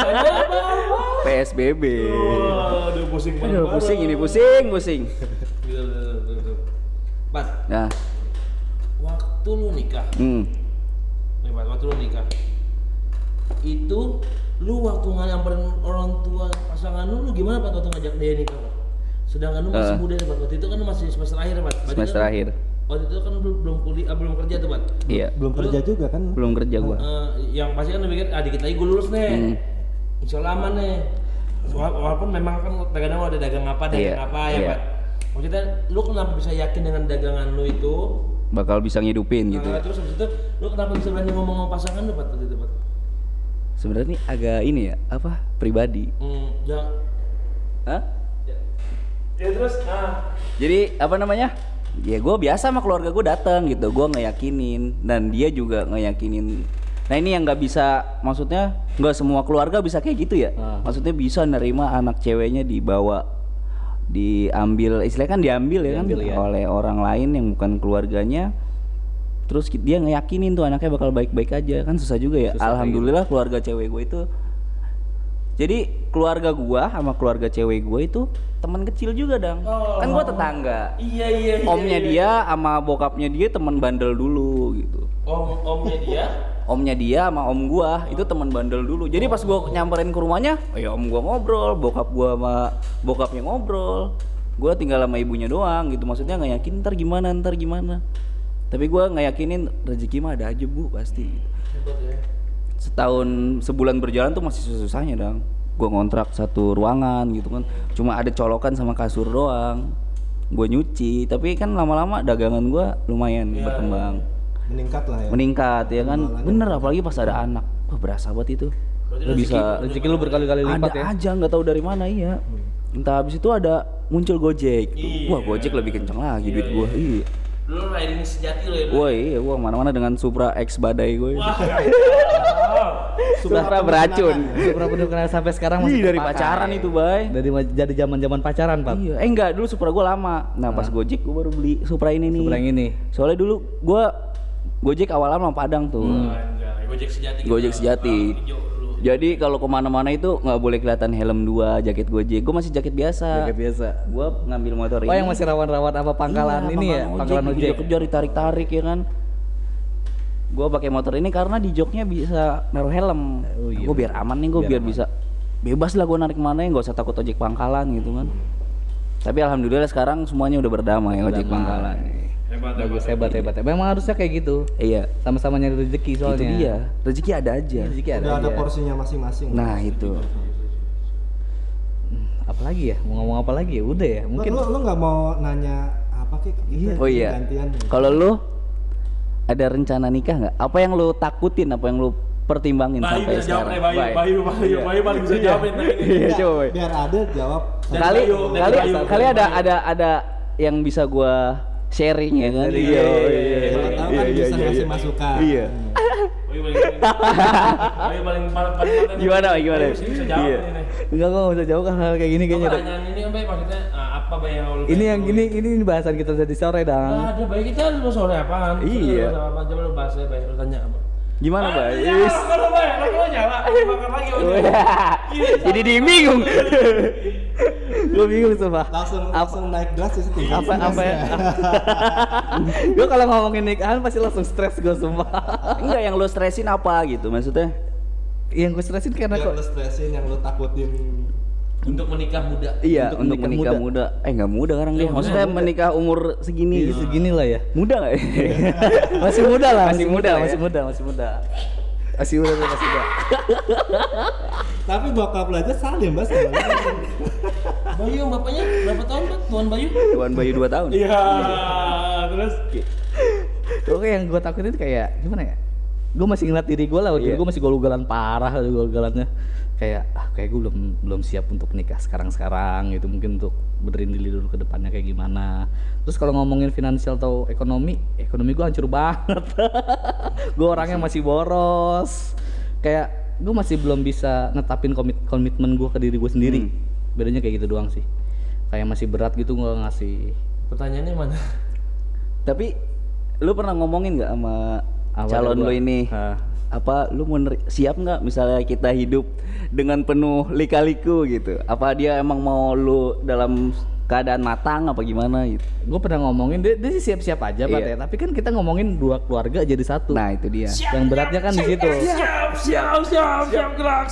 S2: PSBB.
S4: Aduh pusing
S2: Aduh, pusing ini pusing.
S4: Pat,
S2: Nah,
S4: waktu lu nikah, nih Pat, waktu lu nikah, itu lu waktu nyamperin orang tua pasangan lu gimana Pat waktu ngajak dia nikah Pat? Sedangkan lu masih muda Pat, waktu itu kan lu masih semester akhir Pat. Berarti
S2: semester
S4: kan,
S2: akhir.
S4: Waktu itu kan belum kuliah, belum kerja tuh Pat.
S2: Iya.
S3: belum kerja juga kan?
S2: Belum kerja gua.
S4: Yang pasti kan lu pikir, dikit lagi gue lulus nih, insya Allah aman nih. Walaupun memang kan kadang-kadang ada dagang apa
S2: Iya,
S4: ya
S2: iya.
S4: Pak. Maksudnya lu kenapa bisa yakin dengan dagangan lu itu?
S2: Bakal bisa ngidupin gitu.
S4: Terus habis itu lu kenapa bisa berani ngomong sama pasangan lu Pak waktu itu Pak?
S2: Sebenarnya ini agak ini ya, apa? Pribadi. Hah?
S4: Ya terus
S2: Jadi apa namanya? Ya gue biasa sama keluarga gue datang gitu, gue ngeyakinin dan dia juga ngeyakinin. Nah ini yang nggak bisa, maksudnya nggak semua keluarga bisa kayak gitu ya. Maksudnya bisa nerima anak ceweknya dibawa, diambil, istilahnya kan diambil ya
S1: Diambil,
S2: kan
S1: ya.
S2: oleh orang lain yang bukan keluarganya. Terus dia ngeyakinin tuh anaknya bakal baik-baik aja, kan susah juga ya.
S1: Susah
S2: Alhamdulillah keluarga cewek gue itu. Jadi keluarga gua sama keluarga cewek gue itu teman kecil juga Dang. Kan gua tetangga.
S4: Iya.
S2: Omnya dia sama bokapnya dia teman bandel dulu gitu.
S4: Omnya dia.
S2: Omnya dia sama om gua itu teman bandel dulu. Jadi pas gua nyamperin ke rumahnya, ya om gua ngobrol, bokap gua sama bokapnya ngobrol. Gua tinggal sama ibunya doang gitu. Maksudnya nggak yakin ntar gimana. Tapi gua nggak yakinin rezeki mah ada aja Bu pasti.
S4: Hebat ya.
S2: Sebulan berjalan tuh masih susah-susahnya Dang. Gua ngontrak satu ruangan gitu kan. Cuma ada colokan sama kasur doang. gue nyuci, tapi kan lama-lama dagangan gue lumayan berkembang,
S3: meningkat lah ya.
S2: meningkat ya kan, bener apalagi pas ada anak, wah berasa banget itu. Lu bisa
S1: rezeki lu berkali-kali lipat
S2: ada
S1: ya.
S2: aja nggak tahu dari mana iya. Entah habis itu ada muncul Gojek, wah Gojek lebih kenceng lagi duit gue. Iya.
S4: Dulu riding sejati lo ya.
S2: Wah iya, gua mana-mana dengan Supra X badai gue.
S4: Wah.
S2: Supra beracun.
S1: Supra penuh kenal sampai sekarang masih
S2: Dari
S1: terpakai.
S2: pacaran itu, Bay.
S1: Jadi zaman-zaman pacaran, Pak.
S2: Iya, enggak, dulu Supra gua lama. Nah, pas Gojek gua baru beli Supra ini nih.
S1: Supra yang ini.
S2: Soalnya dulu gua Gojek awal-awal sama Padang tuh.
S4: Anjay, Gojek sejati.
S2: Gojek sejati. Jadi kalau kemana-mana itu nggak boleh kelihatan helm 2, jaket Gojek. Gue masih jaket biasa.
S1: Jaket biasa.
S2: Gue ngambil motor ini.
S1: Oh, yang masih rawan-rawan apa pangkalan
S2: Iya,
S1: ini ya? Pangkalan ojek.
S2: Kejar ditarik-tarik ya kan. Gue pakai motor ini karena di joknya bisa naruh helm.
S1: Oh, iya,
S2: Gue biar aman nih, gue biar bisa bebas lah gue narik mana ya, nggak usah takut ojek pangkalan gitu kan. Tapi alhamdulillah sekarang semuanya udah berdamai ojek pangkalan.
S1: Hebat. Memang harusnya kayak gitu.
S2: Iya.
S1: Sama-sama nyari rezeki soalnya.
S2: Itu dia. Rezeki ada aja.
S1: Rezeki
S3: Udah ada
S1: aja.
S3: porsinya masing-masing.
S2: Nah itu.
S1: Apalagi ya? Mau ngomong apa lagi ya? Udah ya. Mungkin
S3: lu nggak mau nanya apa ke kita?
S2: Oh iya.
S3: Gantian.
S2: Kalau lu ada rencana nikah nggak? Apa yang lu takutin? Apa yang lu pertimbangin
S4: Bayu
S2: sampai
S4: bisa jawab
S2: sekarang?
S4: nih, Bayu paling bisa jawabin.
S2: Iya coba. Bay.
S3: Biar ada jawab.
S2: Kali ada yang bisa gua sharing ya kan?
S1: Iya.
S3: Siapa tahu kan bisa ngasih masukan.
S2: Iya.
S4: Bayu paling
S2: Gimana?
S4: bisa jawab
S2: Iya.
S4: ini nih.
S1: enggak kok bisa jauh kan hal kayak gini kayaknya.
S4: Pertanyaan ini Bay maksudnya apa Bay yang lu
S1: Ini bahasan kita tadi sore, Dang.
S4: Nah, ada Bay kita harus sore apaan?
S2: Iya.
S4: Apa coba lu bahas ya Bay, lu tanya apa?
S2: Gimana, Bay?
S4: Iya, kalau Bay, lu nyala, makan lagi
S2: Jadi dia bingung.
S1: Gue bingung sumpah.
S3: Langsung naik drastis tinggi.
S1: Apa ya? Gue kalau ngomongin nikahan pasti langsung stres gue sumpah.
S2: Enggak, yang lu stresin apa gitu maksudnya?
S1: Yang gue stresin karena
S3: Yang
S1: kok
S3: lu stresin, yang lu takutin.
S4: Untuk menikah muda.
S2: Iya, untuk
S1: menikah
S2: menikah muda. Enggak muda sekarang dia. Maksudnya menikah umur segini gitu.
S1: segini lah ya.
S2: Muda enggak ya?
S1: Masih muda lah,
S2: Masih muda lah ya?
S1: masih muda.
S3: Tapi bokap lu aja salim Mas.
S4: Bayu bapaknya berapa tahun Pak? Tuan Bayu?
S2: Tuan Bayu 2 tahun.
S4: Iya, terus
S1: Oke, yang gue takutin kayak gimana ya? Gue masih ngeliat diri gue lah,
S2: Iya.
S1: gue masih gol-golan parah, gol-golannya kayak kayak gue belum siap untuk nikah sekarang gitu, mungkin untuk benerin diri dulu ke depannya kayak gimana. Terus kalau ngomongin finansial atau ekonomi gue hancur banget. Gue orangnya masih boros, kayak gue masih belum bisa netapin komitmen gue ke diri gue sendiri. Bedanya kayak gitu doang sih, kayak masih berat gitu gue ngasih.
S4: pertanyaannya mana?
S2: Tapi lu pernah ngomongin nggak sama
S1: Apa
S2: calon
S1: gua?
S2: lu ini? Apa lu siap nggak misalnya kita hidup dengan penuh lika-liku gitu? Apa dia emang mau lu dalam keadaan matang apa gimana gitu?
S1: Gue pernah ngomongin dia sih siap-siap aja Pak
S2: Iya.
S1: ya, tapi kan kita ngomongin dua keluarga jadi satu.
S2: Nah itu dia.
S1: Yang beratnya kan di situ.
S4: Siap gerak,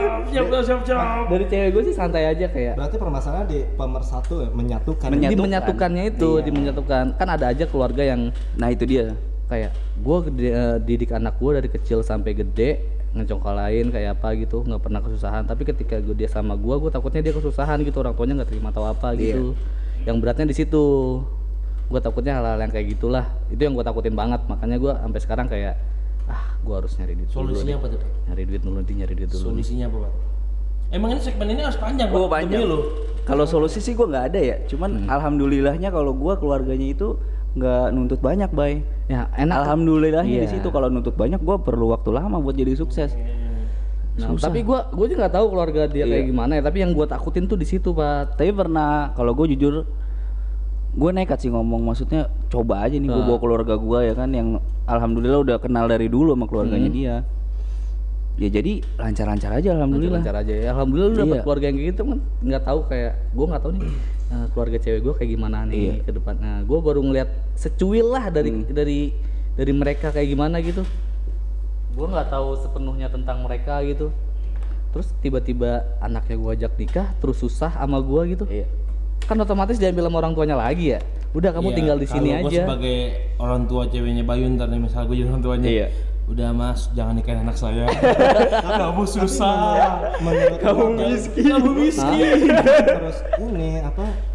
S4: siap.
S1: Dari cewek gue sih santai aja kayak.
S3: Berarti permasalahan di pemersatu ya, menyatukan.
S2: Menyatukan.
S1: Di menyatukannya itu,
S2: Iya.
S1: di menyatukan. Kan ada aja keluarga yang
S2: Nah itu dia.
S1: kayak gue didik anak gue dari kecil sampai gede ngecongkalain kayak apa gitu, nggak pernah kesusahan. Tapi ketika dia sama gue takutnya dia kesusahan gitu, orang tuanya nggak terima atau apa gitu. Yang beratnya di situ. Gue takutnya hal-hal yang kayak gitulah. Itu yang gue takutin banget. Makanya gue sampai sekarang kayak gue harus nyari duit dulu.
S4: Solusinya apa tuh?
S1: Nyari duit dulu.
S4: Solusinya apa Pak? Emang ini segmen ini harus panjang Pak?
S2: Gua panjang.
S4: Demi lu.
S2: Kalau solusi sih gue nggak ada ya. Cuman alhamdulillahnya kalau gue keluarganya itu nggak nuntut banyak, Bay.
S1: Ya enak.
S2: Alhamdulillahnya di
S1: Iya.
S2: situ kalau nuntut banyak gue perlu waktu lama buat jadi sukses.
S1: Nah, tapi gue juga nggak tahu keluarga dia kayak gimana ya. Tapi yang gue takutin tuh di situ Pak.
S2: Tapi pernah, kalau gue jujur, gue nekat sih ngomong, maksudnya coba aja nih gue bawa keluarga gue ya kan, yang alhamdulillah udah kenal dari dulu sama keluarganya dia. Ya jadi lancar-lancar aja alhamdulillah.
S1: Lancar aja ya. Alhamdulillah lu dapat
S2: Iya.
S1: keluarga yang kayak gitu kan. Nggak tahu kayak gue nggak tahu nih keluarga cewek gue kayak gimana nih ke depannya. Gue baru ngeliat secuil lah dari mereka kayak gimana gitu. Gue nggak tahu sepenuhnya tentang mereka gitu. Terus tiba-tiba anaknya gue ajak nikah terus susah sama gue gitu.
S2: Iya.
S1: Kan otomatis diambil sama orang tuanya lagi ya. Udah kamu tinggal di sini
S4: Kalau gue
S1: aja.
S4: sebagai orang tua ceweknya Bayu ntar nih, misal gue jadi orang tuanya.
S2: Iya.
S4: Udah Mas, jangan nikahin anak saya. Kamu susah.
S3: Menurut
S4: Kamu miskin.
S3: terus ini apa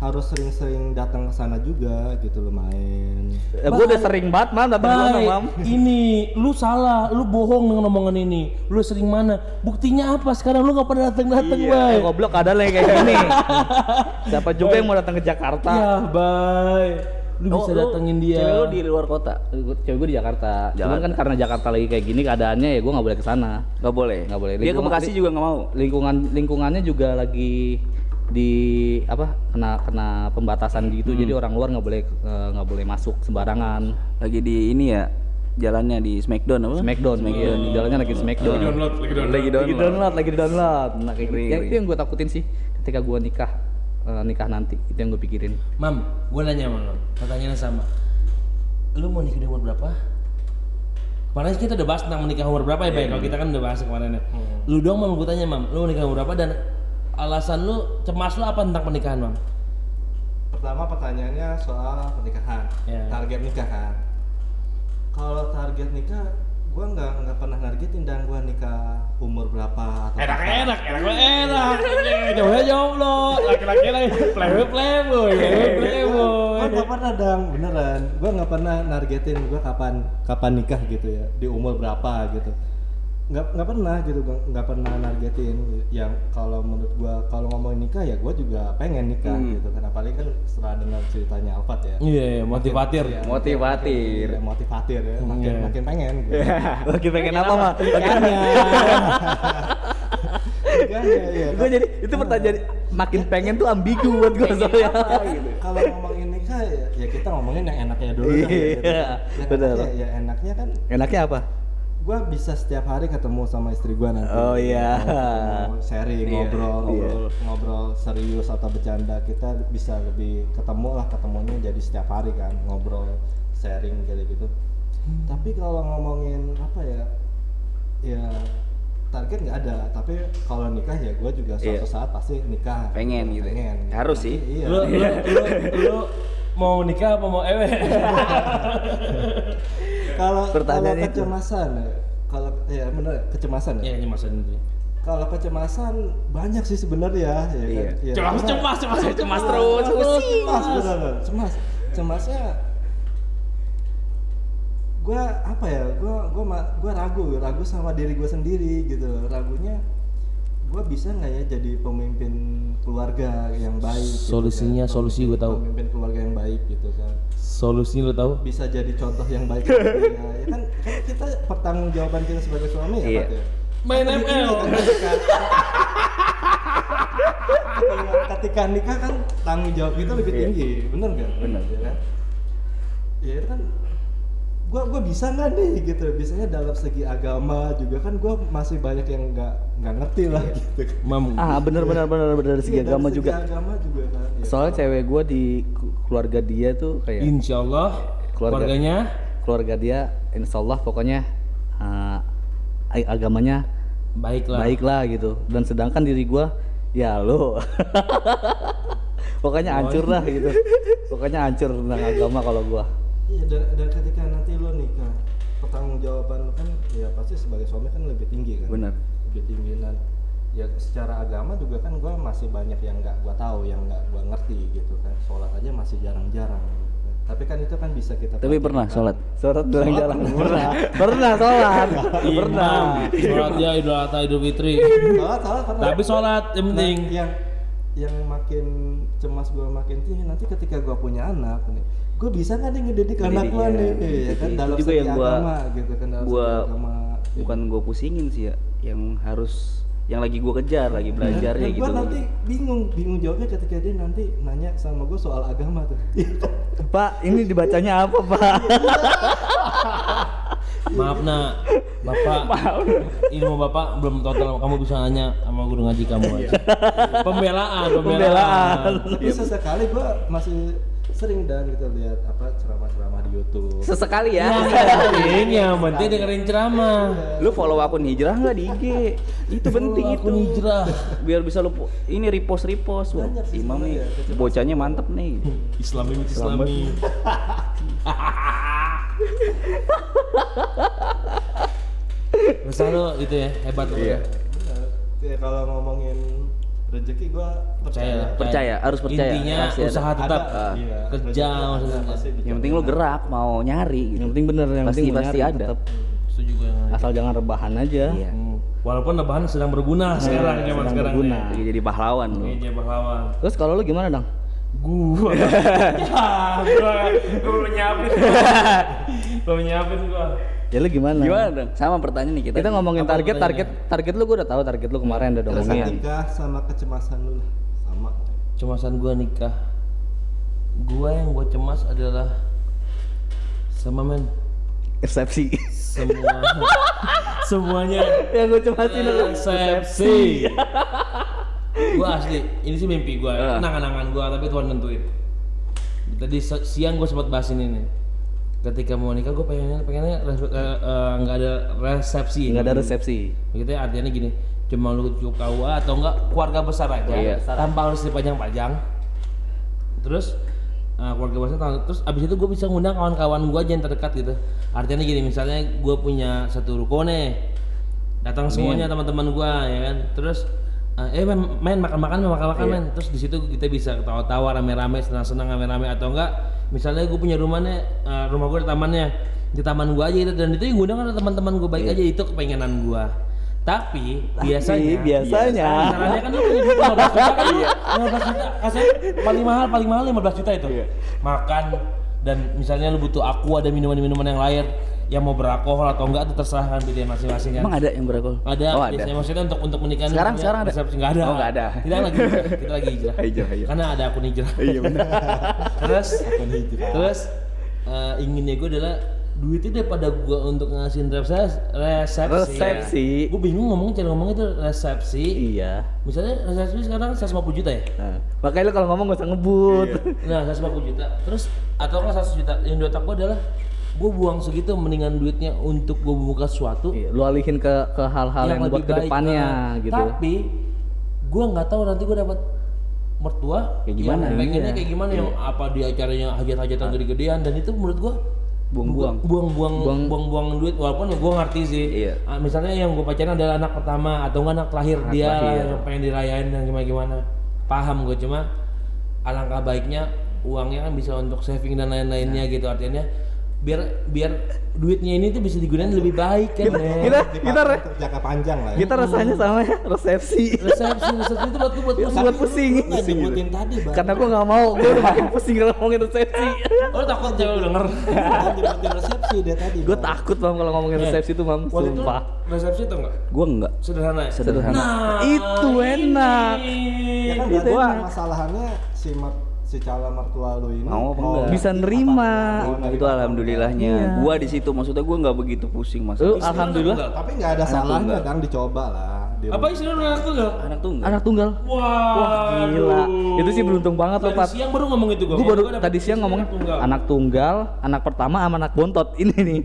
S3: harus sering-sering datang ke sana juga gitu lo main.
S1: Gue udah sering banget mam datang ke sana mam.
S5: Ini lu salah, lu bohong dengan omongan ini. Lu sering mana? Buktinya apa? Sekarang lu nggak pernah datang-datang, Bay.
S1: Goblok ada lah yang kayak gini. Siapa juga yang mau datang ke Jakarta?
S5: Ya, Bay. Lu bisa datengin dia.
S2: Cewek lu di luar kota.
S1: Cewek gue di Jakarta. Cuman kan karena Jakarta lagi kayak gini keadaannya ya gue nggak boleh ke sana.
S2: Nggak boleh. Dia ke Bekasi juga nggak mau.
S1: Lingkungannya juga lagi di apa kena pembatasan gitu. Jadi orang luar nggak boleh masuk sembarangan.
S2: Lagi di ini ya jalannya di Smackdown apa?
S1: Smackdown. Jalannya lagi Smackdown. Lagi download. Nah kayak gitu. Itu yang gue takutin sih ketika gue nikah nanti, itu yang gue pikirin.
S5: Mam, gue nanya sama lo, pertanyaannya sama. Lu mau nikah di umur berapa? Kemarin kita udah bahas tentang menikah umur berapa ya, Bay? Kalau kita kan udah bahas kemarin ya. Lu dong, Mam, gue tanya, Mam, lu mau nikah umur berapa dan alasan lu, cemas lu apa tentang pernikahan, Mam?
S3: Pertama pertanyaannya soal pernikahan, target nikah kan. Kalau target nikah, gue nggak pernah nargetin dan gue nikah umur berapa atau
S5: enak jomblo laki-laki playboy
S3: gue nggak pernah dang, beneran gue nggak pernah nargetin gue kapan nikah gitu ya, di umur berapa gitu, nggak pernah gitu, nggak pernah nargetin. Yang kalau menurut gue kalau ngomongin nikah ya gue juga pengen nikah gitu kan, apalagi kan setelah dengar ceritanya Alfat ya.
S5: Iya, motivatir
S3: ya, makin pengen gitu.
S1: Makin pengen apa mah? Gue jadi itu pertanyaan makin pengen tuh ambigu buat gue soalnya.
S3: Kalau ngomongin nikah ya kita ngomongin yang enaknya dulu kan.
S1: Benar.
S3: Ya enaknya kan.
S1: Enaknya apa?
S3: Gue bisa setiap hari ketemu sama istri gue nanti.
S1: Oh iya.
S3: Sharing, ngobrol serius atau bercanda, kita bisa lebih ketemunya jadi setiap hari kan, ngobrol, sharing gitu. Tapi kalau ngomongin apa ya target nggak ada. Tapi kalau nikah ya gue juga suatu saat pasti nikah.
S2: Pengen gitu. Harus sih.
S3: Iya.
S5: Lu mau nikah apa mau ewe?
S3: Kalau kecemasan, kecemasan ya.
S5: Iya, kecemasan itu.
S3: Kalau kecemasan banyak sih sebenarnya ya kan.
S5: Cemas
S3: terus. Cemasnya gue ragu sama diri gue sendiri gitu. Ragunya gue bisa nggak ya jadi pemimpin keluarga yang baik.
S5: Solusinya,
S3: gitu kan?
S5: solusi gue tahu.
S3: Pemimpin keluarga yang baik gitu kan.
S5: Solusinya lo tahu?
S3: Bisa jadi contoh yang baik. Ya kan kita pertanggungjawaban kita sebagai suami ya, Pak ya.
S5: Main ML.
S3: Ketika nikah kan tanggung jawab kita lebih tinggi, bener nggak?
S2: Bener.
S3: Ya kan? Ya itu kan. Gue bisa nggak nih gitu, biasanya dalam segi agama juga kan gue masih banyak yang nggak ngerti lah gitu.
S1: Bener segi agama juga.
S3: Agama juga kan. Ya.
S1: Soalnya cewek gue di keluarga dia tuh kayak.
S5: Insya Allah
S1: keluarga dia, insya Allah pokoknya agamanya baiklah gitu. Dan sedangkan diri gue ya lo, pokoknya hancur lah gitu. Pokoknya hancur tentang agama kalau gue.
S3: Iya, dan ketika nanti lo nikah, pertanggungjawaban lo kan ya pasti sebagai suami kan lebih tinggi kan.
S2: Benar.
S3: Lebih tinggi, dan ya secara agama juga kan gue masih banyak yang nggak gue tahu, yang nggak gue ngerti gitu kan. Sholat aja masih jarang-jarang gitu kan. Tapi kan itu kan bisa kita.
S2: Tapi pernah sholat?
S1: Sholat jarang-jarang. Pernah sholat. Pernah.
S5: Sholat ya Idul Adha, Idul Fitri.
S3: Sholat pernah.
S5: Tapi sholat yang penting.
S3: Yang makin cemas gue makin tinggi nanti ketika gue punya anak nih, gue bisa nggak nih ngedidik anak gue nih, ya kan dalam
S2: juga
S3: segi
S2: yang
S3: agama gitu kan, dalam segi agama.
S2: Bukan gue pusingin sih ya, yang lagi gue kejar, lagi belajarnya gitu.
S3: Gue nanti bingung jawabnya ketika dia nanti nanya sama gue soal agama tuh.
S1: Pak, ini dibacanya apa Pak?
S5: Maaf nak, Bapak. Ilmu Bapak belum total, kamu bisa nanya sama guru ngaji kamu aja. Pembelaan.
S3: Tapi sesekali gue masih sering dan gitu lihat apa ceramah-ceramah di YouTube.
S2: Sesekali ya.
S5: Yang penting dengerin ceramah.
S2: Lu follow akun hijrah nggak di IG? Itu penting itu.
S5: Akun hijrah.
S2: Biar bisa lu ini repost. Wah, Imam nih bocahnya mantep nih.
S5: Islami. Terus lu itu ya hebat tuh.
S3: Iya. Kalau ngomongin rezeki gue
S2: Percaya, harus percaya.
S5: Intinya
S2: Pasti ada.
S5: usaha tetap
S3: iya,
S5: kerja
S3: rezeki
S5: maksudnya.
S3: ada, pasti
S2: Yang penting lu gerak, mau nyari gitu.
S1: Yang penting bener, yang penting
S2: Pasti
S1: nyari,
S2: ada.
S1: tetep.
S5: Setuju gue.
S1: Asal jangan rebahan aja.
S2: Iya.
S5: Walaupun rebahan sedang berguna sekarang zaman
S1: sedang
S5: sekarang.
S1: berguna.
S2: Lagi jadi pahlawan lu.
S5: Ini jadi pahlawan.
S1: Terus kalau lu gimana dong?
S5: Gua. Gua belum nyiapin. Belum nyiapin gua.
S1: Ya lu gimana?
S2: Gimana dong? Sama pertanyaan nih kita.
S1: Kita ngomongin
S5: Apa
S1: target lu gue udah tahu target lu kemarin udah
S3: rasa
S1: ngomongin.
S3: nikah sama kecemasan lu lah sama.
S5: Cemasan gua nikah. Gua yang gua cemas adalah sama men
S1: Resepsi.
S5: semuanya
S1: Yang gue cemasin
S5: resepsi. Gua asli, ini sih mimpi gua, kenangan-kenangan gua tapi Tuhan nentuin. Tadi siang gua sempat bahas ini nih. Ketika mau nikah gua pengennya nggak ada resepsi.
S1: Nggak ada resepsi.
S5: Gitu ya, artinya gini, cuma lu cukup KUA atau enggak keluarga besar aja,
S2: Iya.
S5: tanpa harus dipajang-pajang. Terus keluarga besar, terus abis itu gue bisa ngundang kawan-kawan gue aja yang terdekat gitu. Artinya gini, misalnya gue punya satu ruko nih, datang semuanya teman-teman gue ya kan. Terus main makan-makan men. Terus di situ kita bisa ketawa-tawa rame-rame, senang-senang rame-rame, atau enggak misalnya gue punya rumahnya, rumah gue di taman gue aja gitu, dan itu yang gue undang ada teman-teman gue baik aja, itu kepengenan gue. Tapi biasanya caranya kan lu punya duit 15 juta kan, 15 juta kasih paling mahal 15 juta itu. Makan, dan misalnya lu butuh aqua dan minuman-minuman yang lain yang mau beralkohol atau enggak, itu terserah kan pilihan masing-masing kan.
S2: Emang ada yang beralkohol?
S5: Ada,
S2: Oh,
S5: biasanya maksudnya untuk menikahan.
S2: Sekarang ada?
S5: Resepsi enggak ada.
S2: Oh, enggak ada.
S5: Kita lagi hijrah.
S2: Hijrah.
S5: Karena ada akun hijrah.
S2: Iya benar.
S5: Terus inginnya gue adalah duitnya daripada gue untuk ngasihin resepsi. Gue bingung cara ngomong itu resepsi.
S1: Iya.
S5: Misalnya resepsi sekarang 150 juta ya.
S1: Nah, makanya lu kalau ngomong gak usah ngebut.
S5: Nah 150 juta. Terus atau kan 100 juta. Yang di otak gue adalah gue buang segitu, mendingan duitnya untuk gue membuka sesuatu.
S1: Iya, lu alihin ke hal-hal yang buat kedepannya gitu.
S5: Tapi gue nggak tahu nanti gue dapat mertua
S2: Kayak gimana?
S5: yang pengennya
S1: Iya.
S5: kayak gimana, yang apa di acaranya hajat-hajatan gede-gedean, dan itu menurut gue buang-buang duit. Walaupun gue ngerti sih.
S2: Iya.
S5: Misalnya yang gue pacaran adalah anak pertama atau enggak anak terakhir dia yang pengen dirayain dan gimana. Paham gue, cuma alangkah baiknya uangnya kan bisa untuk saving dan lain-lainnya gitu, artinya biar duitnya ini tuh bisa digunakan lebih baik kan.
S1: Kita
S3: jangka panjang lah ya.
S1: kita rasanya sama ya, resepsi
S5: itu
S1: buat pusing.
S5: Nggak nyebutin tadi bang,
S1: Karena gue nggak mau, gue udah makin pusing kalau ngomongin resepsi.
S5: lo takut cewek denger.
S3: Nyebutin resepsi dia tadi.
S1: Gue takut mam kalau ngomongin resepsi itu mam,
S5: Waktu itu
S1: sumpah.
S5: resepsi tuh enggak
S2: Gua enggak.
S5: sederhana ya?
S2: Sederhana.
S5: Nah,
S1: Itu enak.
S3: Ya kan
S1: Itu
S3: berarti
S1: enak.
S3: masalahannya si calon mertua lu ini
S2: Mau apa enggak?
S1: Bisa nerima.
S2: Itu alhamdulillahnya. Gua di situ, maksudnya gua nggak begitu pusing
S1: Lu
S2: masalah.
S1: alhamdulillah
S3: Tapi nggak ada salahnya kan dicoba lah.
S5: apa istilah anak tunggal?
S2: Anak tunggal.
S1: anak tunggal.
S5: Wah,
S1: Gila. Itu sih beruntung banget lo,
S5: Tadi
S1: Pat.
S5: siang baru ngomong itu gua.
S1: Gue baru
S5: Gua dapet
S1: tadi siang
S5: istilah
S1: ngomongnya
S5: tunggal.
S1: anak tunggal, anak pertama sama anak bontot. Ini nih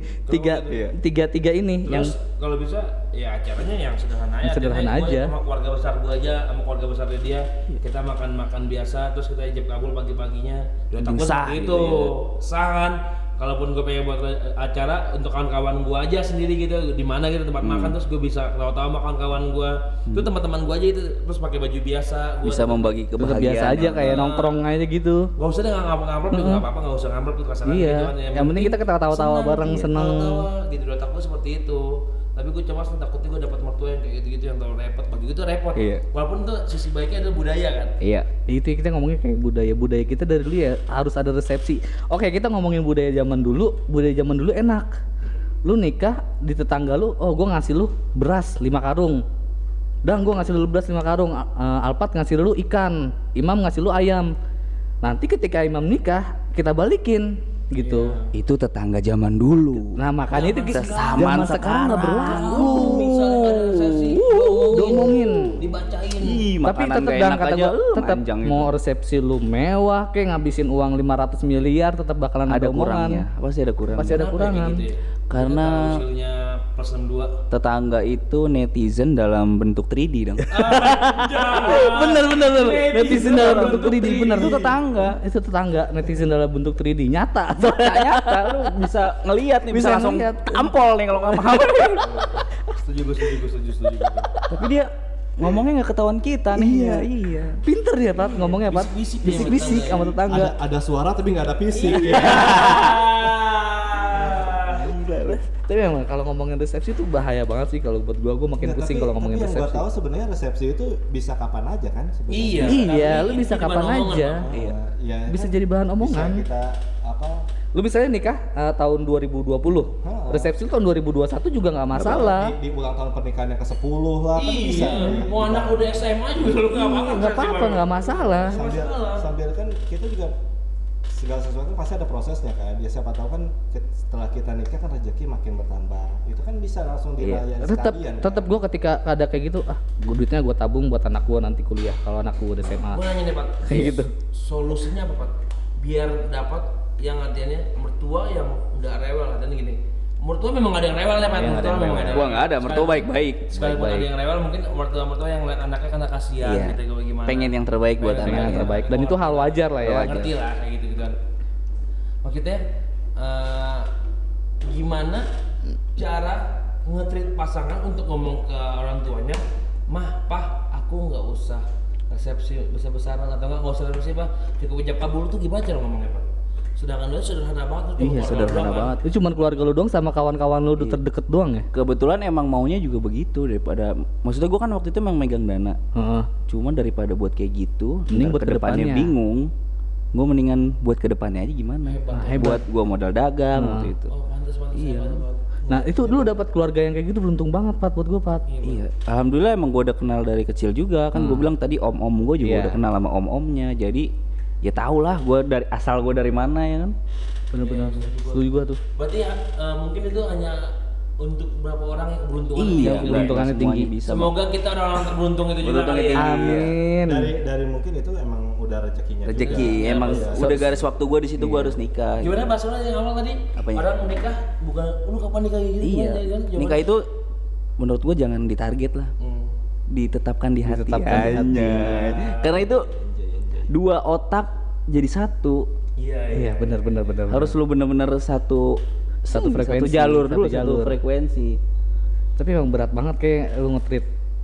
S1: tiga ini yang
S5: Terus kalau bisa ya acaranya yang sederhana aja.
S1: Yang sederhana
S5: Artinya gua
S1: aja.
S5: sama keluarga besar gua aja, sama keluarga besarnya dia, kita makan biasa, terus kita ijab kabul pagi-paginya. Di otak gua
S2: Sah
S5: seperti
S2: gitu
S5: itu.
S2: ya.
S5: Sah kan? Kalaupun gue pengen buat acara untuk kawan-kawan gue aja sendiri gitu, di mana gitu tempat makan, terus gue bisa ketawa-tawa sama kawan gue, itu teman-teman gue aja itu, terus pakai baju biasa,
S2: Bisa membagi
S1: tetap
S2: kebahagiaan.
S1: biasa aja kayak nongkrong aja gitu.
S5: Gak usah deh ngamplop juga nggak apa-apa, nggak usah ngamplop tuh kasaran
S1: Iya.
S5: gitu kan.
S1: Yang penting kita ketawa-tawa bareng, seneng.
S5: Ketawa gitu, di otak gue seperti itu. Tapi gue cemas takutnya gue dapat mertua yang kayak gitu-gitu yang terlalu repot. Bagi gue tuh repot.
S2: Iya.
S5: Walaupun tuh sisi baiknya adalah budaya kan.
S2: Iya.
S1: Itu kita ngomongin kayak budaya kita dari dulu ya harus ada resepsi. Oke, kita ngomongin budaya zaman dulu enak. Lu nikah di tetangga lu, oh gue ngasih lu beras 5 karung. Dan gue ngasih lu beras 5 karung. Alpat ngasih lu ikan, Imam ngasih lu ayam. Nanti ketika Imam nikah kita balikin gitu.
S2: Itu tetangga zaman dulu.
S1: Nah makanya itu
S2: zaman
S1: sekarang nggak berlaku.
S5: Misalnya ada resepsi,
S1: Diomongin.
S5: dibacain.
S2: Ih,
S1: Tapi
S2: makanan
S1: tetap
S2: gak
S1: dan
S2: enak
S1: kata
S2: aja,
S1: gua tetap
S2: manjang
S1: mau
S2: itu.
S1: resepsi lu mewah kayak ngabisin uang 500 miliar tetap bakalan
S2: Ada
S1: omongan.
S2: kurangnya. Pasti ada kurangnya.
S1: Pasti ada
S5: Kenapa ya
S1: kurangan.
S5: kayak gitu ya?
S2: Karena
S5: hasilnya plus 62.
S2: tetangga itu netizen dalam bentuk 3D dong.
S1: bener. Netizen dalam bentuk 3D bener.
S2: Itu tetangga.
S1: Itu tetangga netizen dalam bentuk 3D nyata.
S2: Ternyata lu bisa ngelihat nih, bisa langsung
S1: ngeliat.
S2: ampol nih kalau nggak paham.
S5: Setuju gue.
S2: Tapi dia ngomongnya nggak ketahuan kita nih. Iya.
S1: Pinter dia Pat ngomongnya Pat. Bisik-bisik sama tetangga.
S3: Ada suara tapi nggak ada fisik.
S1: Tapi memang kalau ngomongin resepsi itu bahaya banget sih kalau buat gua makin pusing kalau ngomongin
S3: resepsi. Yang
S1: resepsi.
S3: gua tahu sebenarnya resepsi itu bisa kapan aja kan sebenarnya.
S1: Iya, lu bisa kapan aja.
S3: Iya.
S1: Bisa
S3: kan
S1: jadi bahan omongan.
S3: Bisa kita apa?
S1: Lu misalnya nikah tahun 2020, resepsi lu tahun 2021 juga nggak masalah.
S3: Di ulang tahun pernikahan yang ke-10 lah kan bisa.
S5: Mau anak udah SMA juga lu
S1: Nggak apa-apa, nggak masalah.
S3: Sambil kan kita juga segala sesuatu pasti ada prosesnya kan. Ya siapa tahu kan setelah kita nikah kan rezeki makin bertambah. Itu kan bisa langsung dirayain sekalian.
S1: Tetap gua ketika ada kayak gitu, duitnya gua tabung buat anak gua nanti kuliah kalau anak gua udah SMA.
S5: Gua nanya nih Pak,
S1: Kayak gitu.
S5: Solusinya apa Pak? Biar dapat yang artinya mertua yang nggak rewel, artinya gini. Mertua memang ada yang rewel ya Pak. Mertua memang ada.
S2: Gua nggak ada, mertua baik-baik.
S5: Sekalipun ada yang rewel, mungkin mertua yang lihat anaknya karena kasihan gitu gimana.
S2: Pengen yang terbaik buat
S1: Pengen yang
S2: anaknya.
S1: terbaik dan itu hal wajar lah ya.
S5: Ngerti lah kayak gitu kan. Maksudnya gimana cara nge-treat pasangan untuk ngomong ke orang tuanya, "Mah, Pah, aku nggak usah resepsi besar-besaran atau nggak usah resepsi, Pak. Cukup ijab kabul tuh gimana cara ngomongnya, Pak?" Sedangkan dia sederhana banget tuh.
S2: Iya, sederhana banget.
S1: Itu cuma keluarga lu doang sama kawan-kawan lu terdeket doang ya?
S2: Kebetulan emang maunya juga begitu daripada, maksudnya gua kan waktu itu emang megang dana. Cuma daripada buat kayak gitu,
S1: mending buat
S2: kedepannya
S1: kedepannya.
S2: bingung. Gue mendingan buat kedepannya aja gimana. Buat gua modal dagang waktu itu.
S5: Oh, pantas
S2: Iya.
S1: Nah itu dulu dapat keluarga yang kayak gitu beruntung banget Pat buat gua Pat.
S2: Iya, alhamdulillah emang gue udah kenal dari kecil juga kan. Gue bilang tadi om-om gue juga udah kenal sama om-omnya, jadi ya tau lah gue dari asal gue dari mana ya kan.
S1: Bener-bener setuju gua tuh.
S5: Berarti mungkin itu hanya untuk beberapa orang yang beruntungan.
S2: Iya,
S1: keberuntungannya tinggi.
S2: Bisa.
S5: Semoga kita orang terberuntung itu juga.
S2: Beruntungnya tinggi.
S1: Amin.
S3: Dari mungkin itu emang udah rezekinya.
S2: Rezeki
S3: juga.
S2: emang
S3: Iya.
S2: udah garis waktu gue di situ gue harus nikah.
S5: Gimana bahasanya yang awal tadi?
S2: Apanya?
S5: Orang nikah bukan lu kapan nikah gitu?
S2: Iya. Nikah itu menurut gue jangan ditarget lah. Ditetapkan di hati.
S1: Ditetapkan di hati.
S2: Anjay. Karena itu dua otak jadi satu.
S1: Iya benar.
S2: Harus lu bener-bener satu
S1: frekuensi,
S2: satu jalur
S1: satu
S2: dulu,
S1: jalur.
S2: satu frekuensi.
S1: Tapi emang berat banget kayak lu nge-treat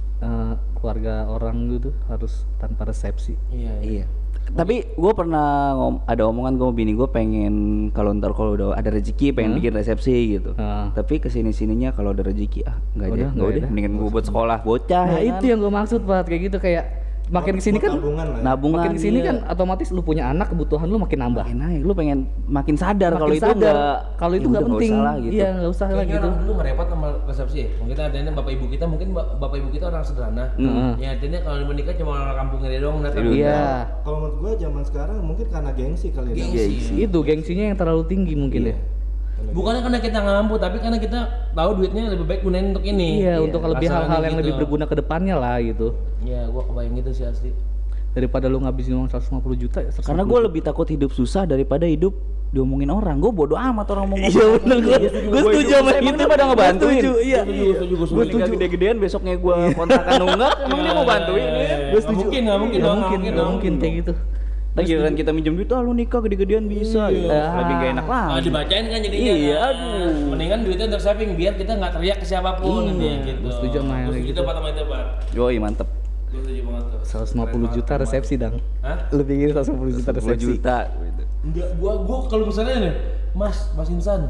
S1: keluarga orang gitu harus tanpa resepsi.
S2: Iya. Tapi gue pernah ada omongan gue sama bini gue pengen kalau udah ada rezeki pengen bikin resepsi gitu. Tapi kesini-sininya kalau ada rezeki nggak
S1: Udah,
S2: deh. Mendingan gue buat sekolah bocah.
S1: Nah
S2: ya
S1: itu
S2: kan?
S1: yang gue maksud Pat kayak gitu kayak makin kesini kan
S2: Nabungan
S1: makin kesini
S2: iya.
S1: kan otomatis lu punya anak kebutuhan lu makin nambah.
S2: Makin naik, lu pengen makin sadar kalau itu
S1: kalau itu nggak penting.
S2: gitu.
S1: Iya nggak usah lah
S5: Kayaknya
S1: gitu.
S5: orang dulu nggak repot sama resepsi ya. Mungkin adanya bapak ibu kita, mungkin bapak ibu kita orang sederhana. Ya artinya kalau menikah cuma orang kampungnya dia doang datang.
S1: Iya.
S3: Kalau menurut gue zaman sekarang mungkin karena gengsi kali ya.
S5: Gengsi.
S1: Itu gengsinya yang terlalu tinggi mungkin ya.
S5: Bukannya karena kita nggak mampu, tapi karena kita tahu duitnya lebih baik gunain untuk ini.
S1: Iya, untuk lebih
S5: Rasanya
S1: hal-hal yang
S5: gitu.
S1: lebih berguna ke depannya lah gitu.
S5: Iya, gua kebayang gitu sih asli.
S1: Daripada lu ngabisin uang 150 juta ya 150
S2: Karena gue lebih takut hidup susah daripada hidup diomongin orang. Gue bodo amat orang ngomong.
S1: Iya bener, gue setuju sama
S2: Emang
S1: itu.
S2: dia pada ngebantuin.
S1: Iya.
S2: Gue nikah gede-gedean besoknya gue kontrakan nunggak. Emang dia mau bantuin?
S1: Gue setuju.
S5: Nggak mungkin dong,
S1: Nggak mungkin kayak gitu.
S2: Lagi kan kita minjem duit, lu nikah gede-gedean bisa. Lebih gak enak lah.
S5: Dibacain kan jadinya.
S2: Iya,
S5: kan.
S2: aduh.
S5: Mendingan duitnya untuk saving biar kita nggak teriak ke siapapun gitu.
S1: Gua setuju sama yang kayak
S5: gitu.
S1: gitu.
S5: Pak sama itu, Pak.
S2: Yoi mantep.
S5: Gua setuju banget tuh.
S1: 150 juta resepsi dang.
S5: Hah?
S1: Lebih gini 150 juta
S2: 10
S1: resepsi.
S2: juta.
S5: Enggak, gua kalau misalnya nih, Mas Insan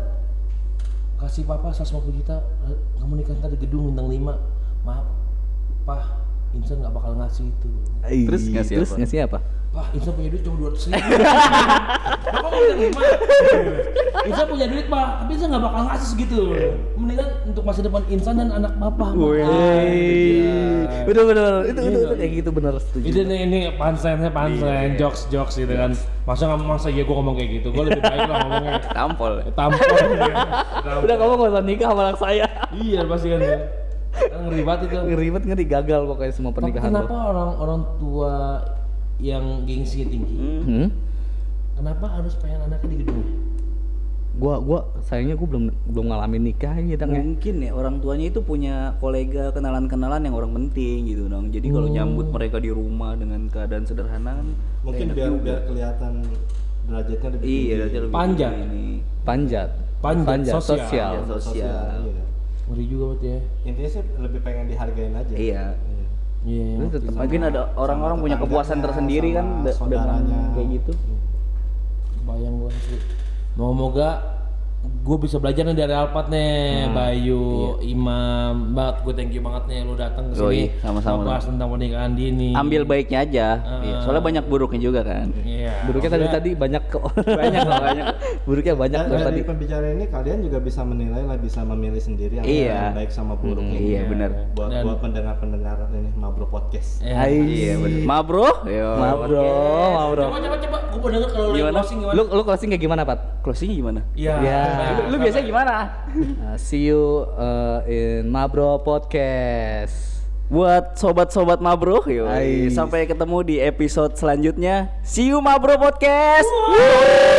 S5: kasih papa 150 juta, kamu nikah ntar di gedung bintang 5. Maaf, Pak, Insan nggak bakal ngasih itu.
S2: Terus ngasih apa?
S5: Pak, Insan punya duit cuma 200 ribu. Bapak mau bintang 5. Insan punya duit Pak, tapi Insan nggak bakal ngasih segitu. Mendingan untuk masa depan Insan dan anak Bapak.
S1: Bener itu kayak gitu bener setuju.
S5: Itu ini pansen jokes gitu kan. Masa iya gua ngomong kayak gitu. Gua lebih baik lah ngomongnya
S2: Tampol.
S5: tampol.
S1: Udah kamu gak usah nikah sama anak saya.
S5: Iya pasti kan. Kan ngeri banget itu.
S1: Ribet ngeri gagal pokoknya semua
S5: Tapi
S1: pernikahan
S5: kenapa orang tua yang gengsi tinggi? Kenapa harus pengen anaknya di gedung?
S1: Gua sayangnya gua belum ngalamin nikah ya dang ya.
S2: Mungkin ya orang tuanya itu punya kolega kenalan-kenalan yang orang penting gitu dong. Jadi kalau nyambut mereka di rumah dengan keadaan sederhana kan
S3: Mungkin biar kelihatan derajatnya lebih
S2: iya,
S3: tinggi.
S2: derajatnya lebih
S5: Panjat.
S2: tinggi ini.
S5: Panjat
S1: sosial.
S2: Sosial.
S3: Iya.
S5: Ngeri juga berarti ya.
S3: Intinya sih lebih pengen dihargain aja.
S2: Iya.
S5: Iya.
S1: Itu tetap
S2: Mungkin ada orang-orang punya kepuasan tersendiri kan
S3: sama
S2: dengan
S3: saudaranya.
S2: kayak gitu.
S5: Bayang gue sih. Moga-moga gue bisa belajar nih dari Alphard nih, Bayu, Imam, banget gue thank you banget nih lu datang ke
S2: Yoi,
S5: sini
S2: sama-sama.
S5: bahas tentang pernikahan dini.
S2: Ambil baiknya aja. Iya, soalnya banyak buruknya juga kan.
S5: Iya.
S1: buruknya tadi banyak kok.
S2: Banyak loh, banyak.
S1: Buruknya banyak
S3: Dan
S1: tuh
S3: dari
S1: tadi.
S3: pembicaraan ini kalian juga bisa menilai lah, bisa memilih sendiri yang
S2: Iya.
S3: baik sama buruknya.
S2: Iya, benar.
S3: Buat pendengar-pendengar ini Mabro Podcast.
S5: Ya.
S2: Iya bener. Ma bro, yo.
S1: Maaf bro.
S5: Coba, gue mau denger kalau lu
S2: Gimana?
S5: closing gimana?
S1: Lu closing kayak gimana, Pat?
S2: Closingnya gimana?
S5: Iya.
S1: Ya.
S2: Lu biasanya gimana?
S1: See you in Mabro Podcast.
S2: Buat sobat-sobat Mabro,
S1: Ais.
S2: sampai ketemu di episode selanjutnya. See you Mabro Podcast.